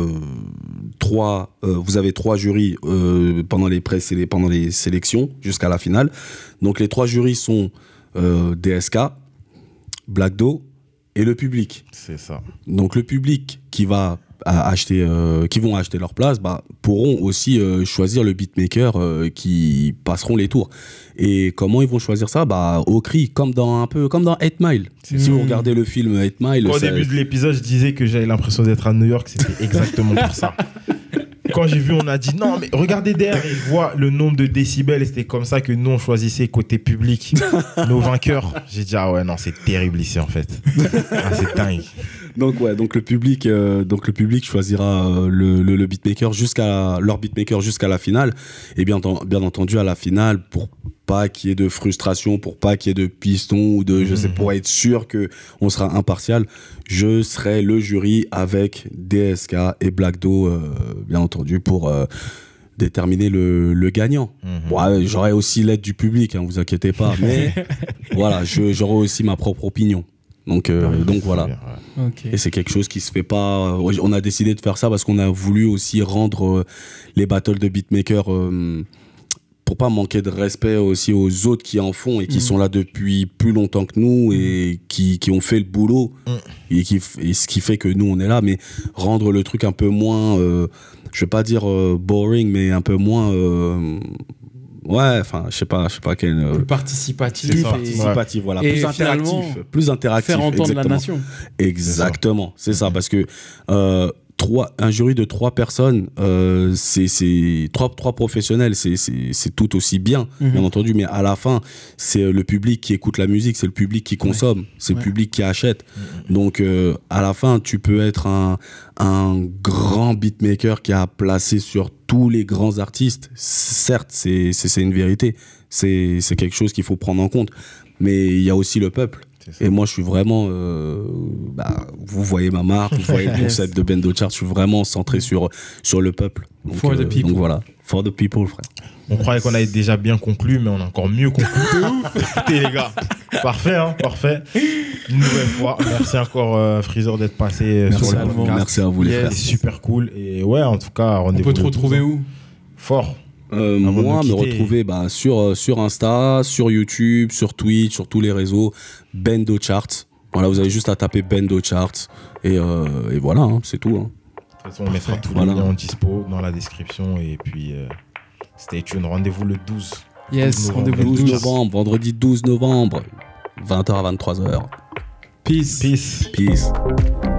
3 jurys pendant les sélections jusqu'à la finale. Donc, les 3 jurys sont DSK, Black Do et le public. C'est ça. Donc le public qui vont acheter leur place, bah, pourront aussi choisir le beatmaker qui passeront les tours. Et comment ils vont choisir ça? Bah, au cri, comme dans 8 Mile. Si vous regardez le film 8 Mile... Au début de l'épisode, je disais que j'avais l'impression d'être à New York, c'était exactement pour ça. Quand j'ai vu, on a dit non, mais regardez derrière, et je vois le nombre de décibels, et c'était comme ça que nous, on choisissait côté public nos vainqueurs. J'ai dit, ah ouais, non, c'est terrible ici, en fait. C'est dingue. Donc le public choisira leur beatmaker jusqu'à la finale. Et bien entendu, à la finale, pour pas qu'il y ait de frustration, pour pas qu'il y ait de piston ou pour être sûr que on sera impartial, je serai le jury avec DSK et Black Do, bien entendu, pour déterminer le gagnant. Bon, j'aurai aussi l'aide du public, hein, vous inquiétez pas, mais voilà, j'aurai aussi ma propre opinion. Donc voilà. Ok. Et c'est quelque chose qui se fait pas. On a décidé de faire ça parce qu'on a voulu aussi rendre les battles de beatmakers pour pas manquer de respect aussi aux autres qui en font et qui sont là depuis plus longtemps que nous et qui ont fait le boulot et ce qui fait que nous on est là, mais rendre le truc un peu moins, je vais pas dire boring, mais un peu moins. Ouais, enfin, je sais pas quel. Plus participatif. C'est ça. Participatif, voilà. Et Plus interactif. Plus interactif. Faire entendre la exactement. nation. Exactement, c'est ça, parce que un jury de 3 personnes, c'est trois professionnels, c'est tout aussi bien, bien entendu, mais à la fin, c'est le public qui écoute la musique, c'est le public qui consomme, c'est le public qui achète. Donc, à la fin, tu peux être un grand beatmaker qui a placé sur tous les grands artistes. Certes, c'est une vérité, c'est quelque chose qu'il faut prendre en compte, mais il y a aussi le peuple. Et moi, je suis vraiment. Vous voyez ma marque, vous voyez le concept de Bendo Chart, je suis vraiment centré sur le peuple. Donc, For the people. Donc voilà, for the people, frère. On croyait qu'on avait déjà bien conclu, mais on a encore mieux conclu. Écoutez, les gars. Parfait, hein, parfait. Une nouvelle fois. Merci encore, Freezer, d'être passé sur le podcast. Merci à vous, les frères. C'est super cool. Et ouais, en tout cas, On rendez-vous. peut te retrouver où? Fort. Moi, de me quitter. retrouver sur Insta, sur YouTube, sur Twitch, sur tous les réseaux. Bendo Chart. Voilà, vous avez juste à taper Bendo Chart. Et voilà, hein, c'est tout. Hein. De toute façon, on mettra tous Voilà. les liens en dispo dans la description. Et puis, stay tuned. Rendez-vous le 12. Yes, 12 rendez-vous le 12 12. novembre, vendredi 12 novembre, 20h à 23h. Peace. Peace. Peace.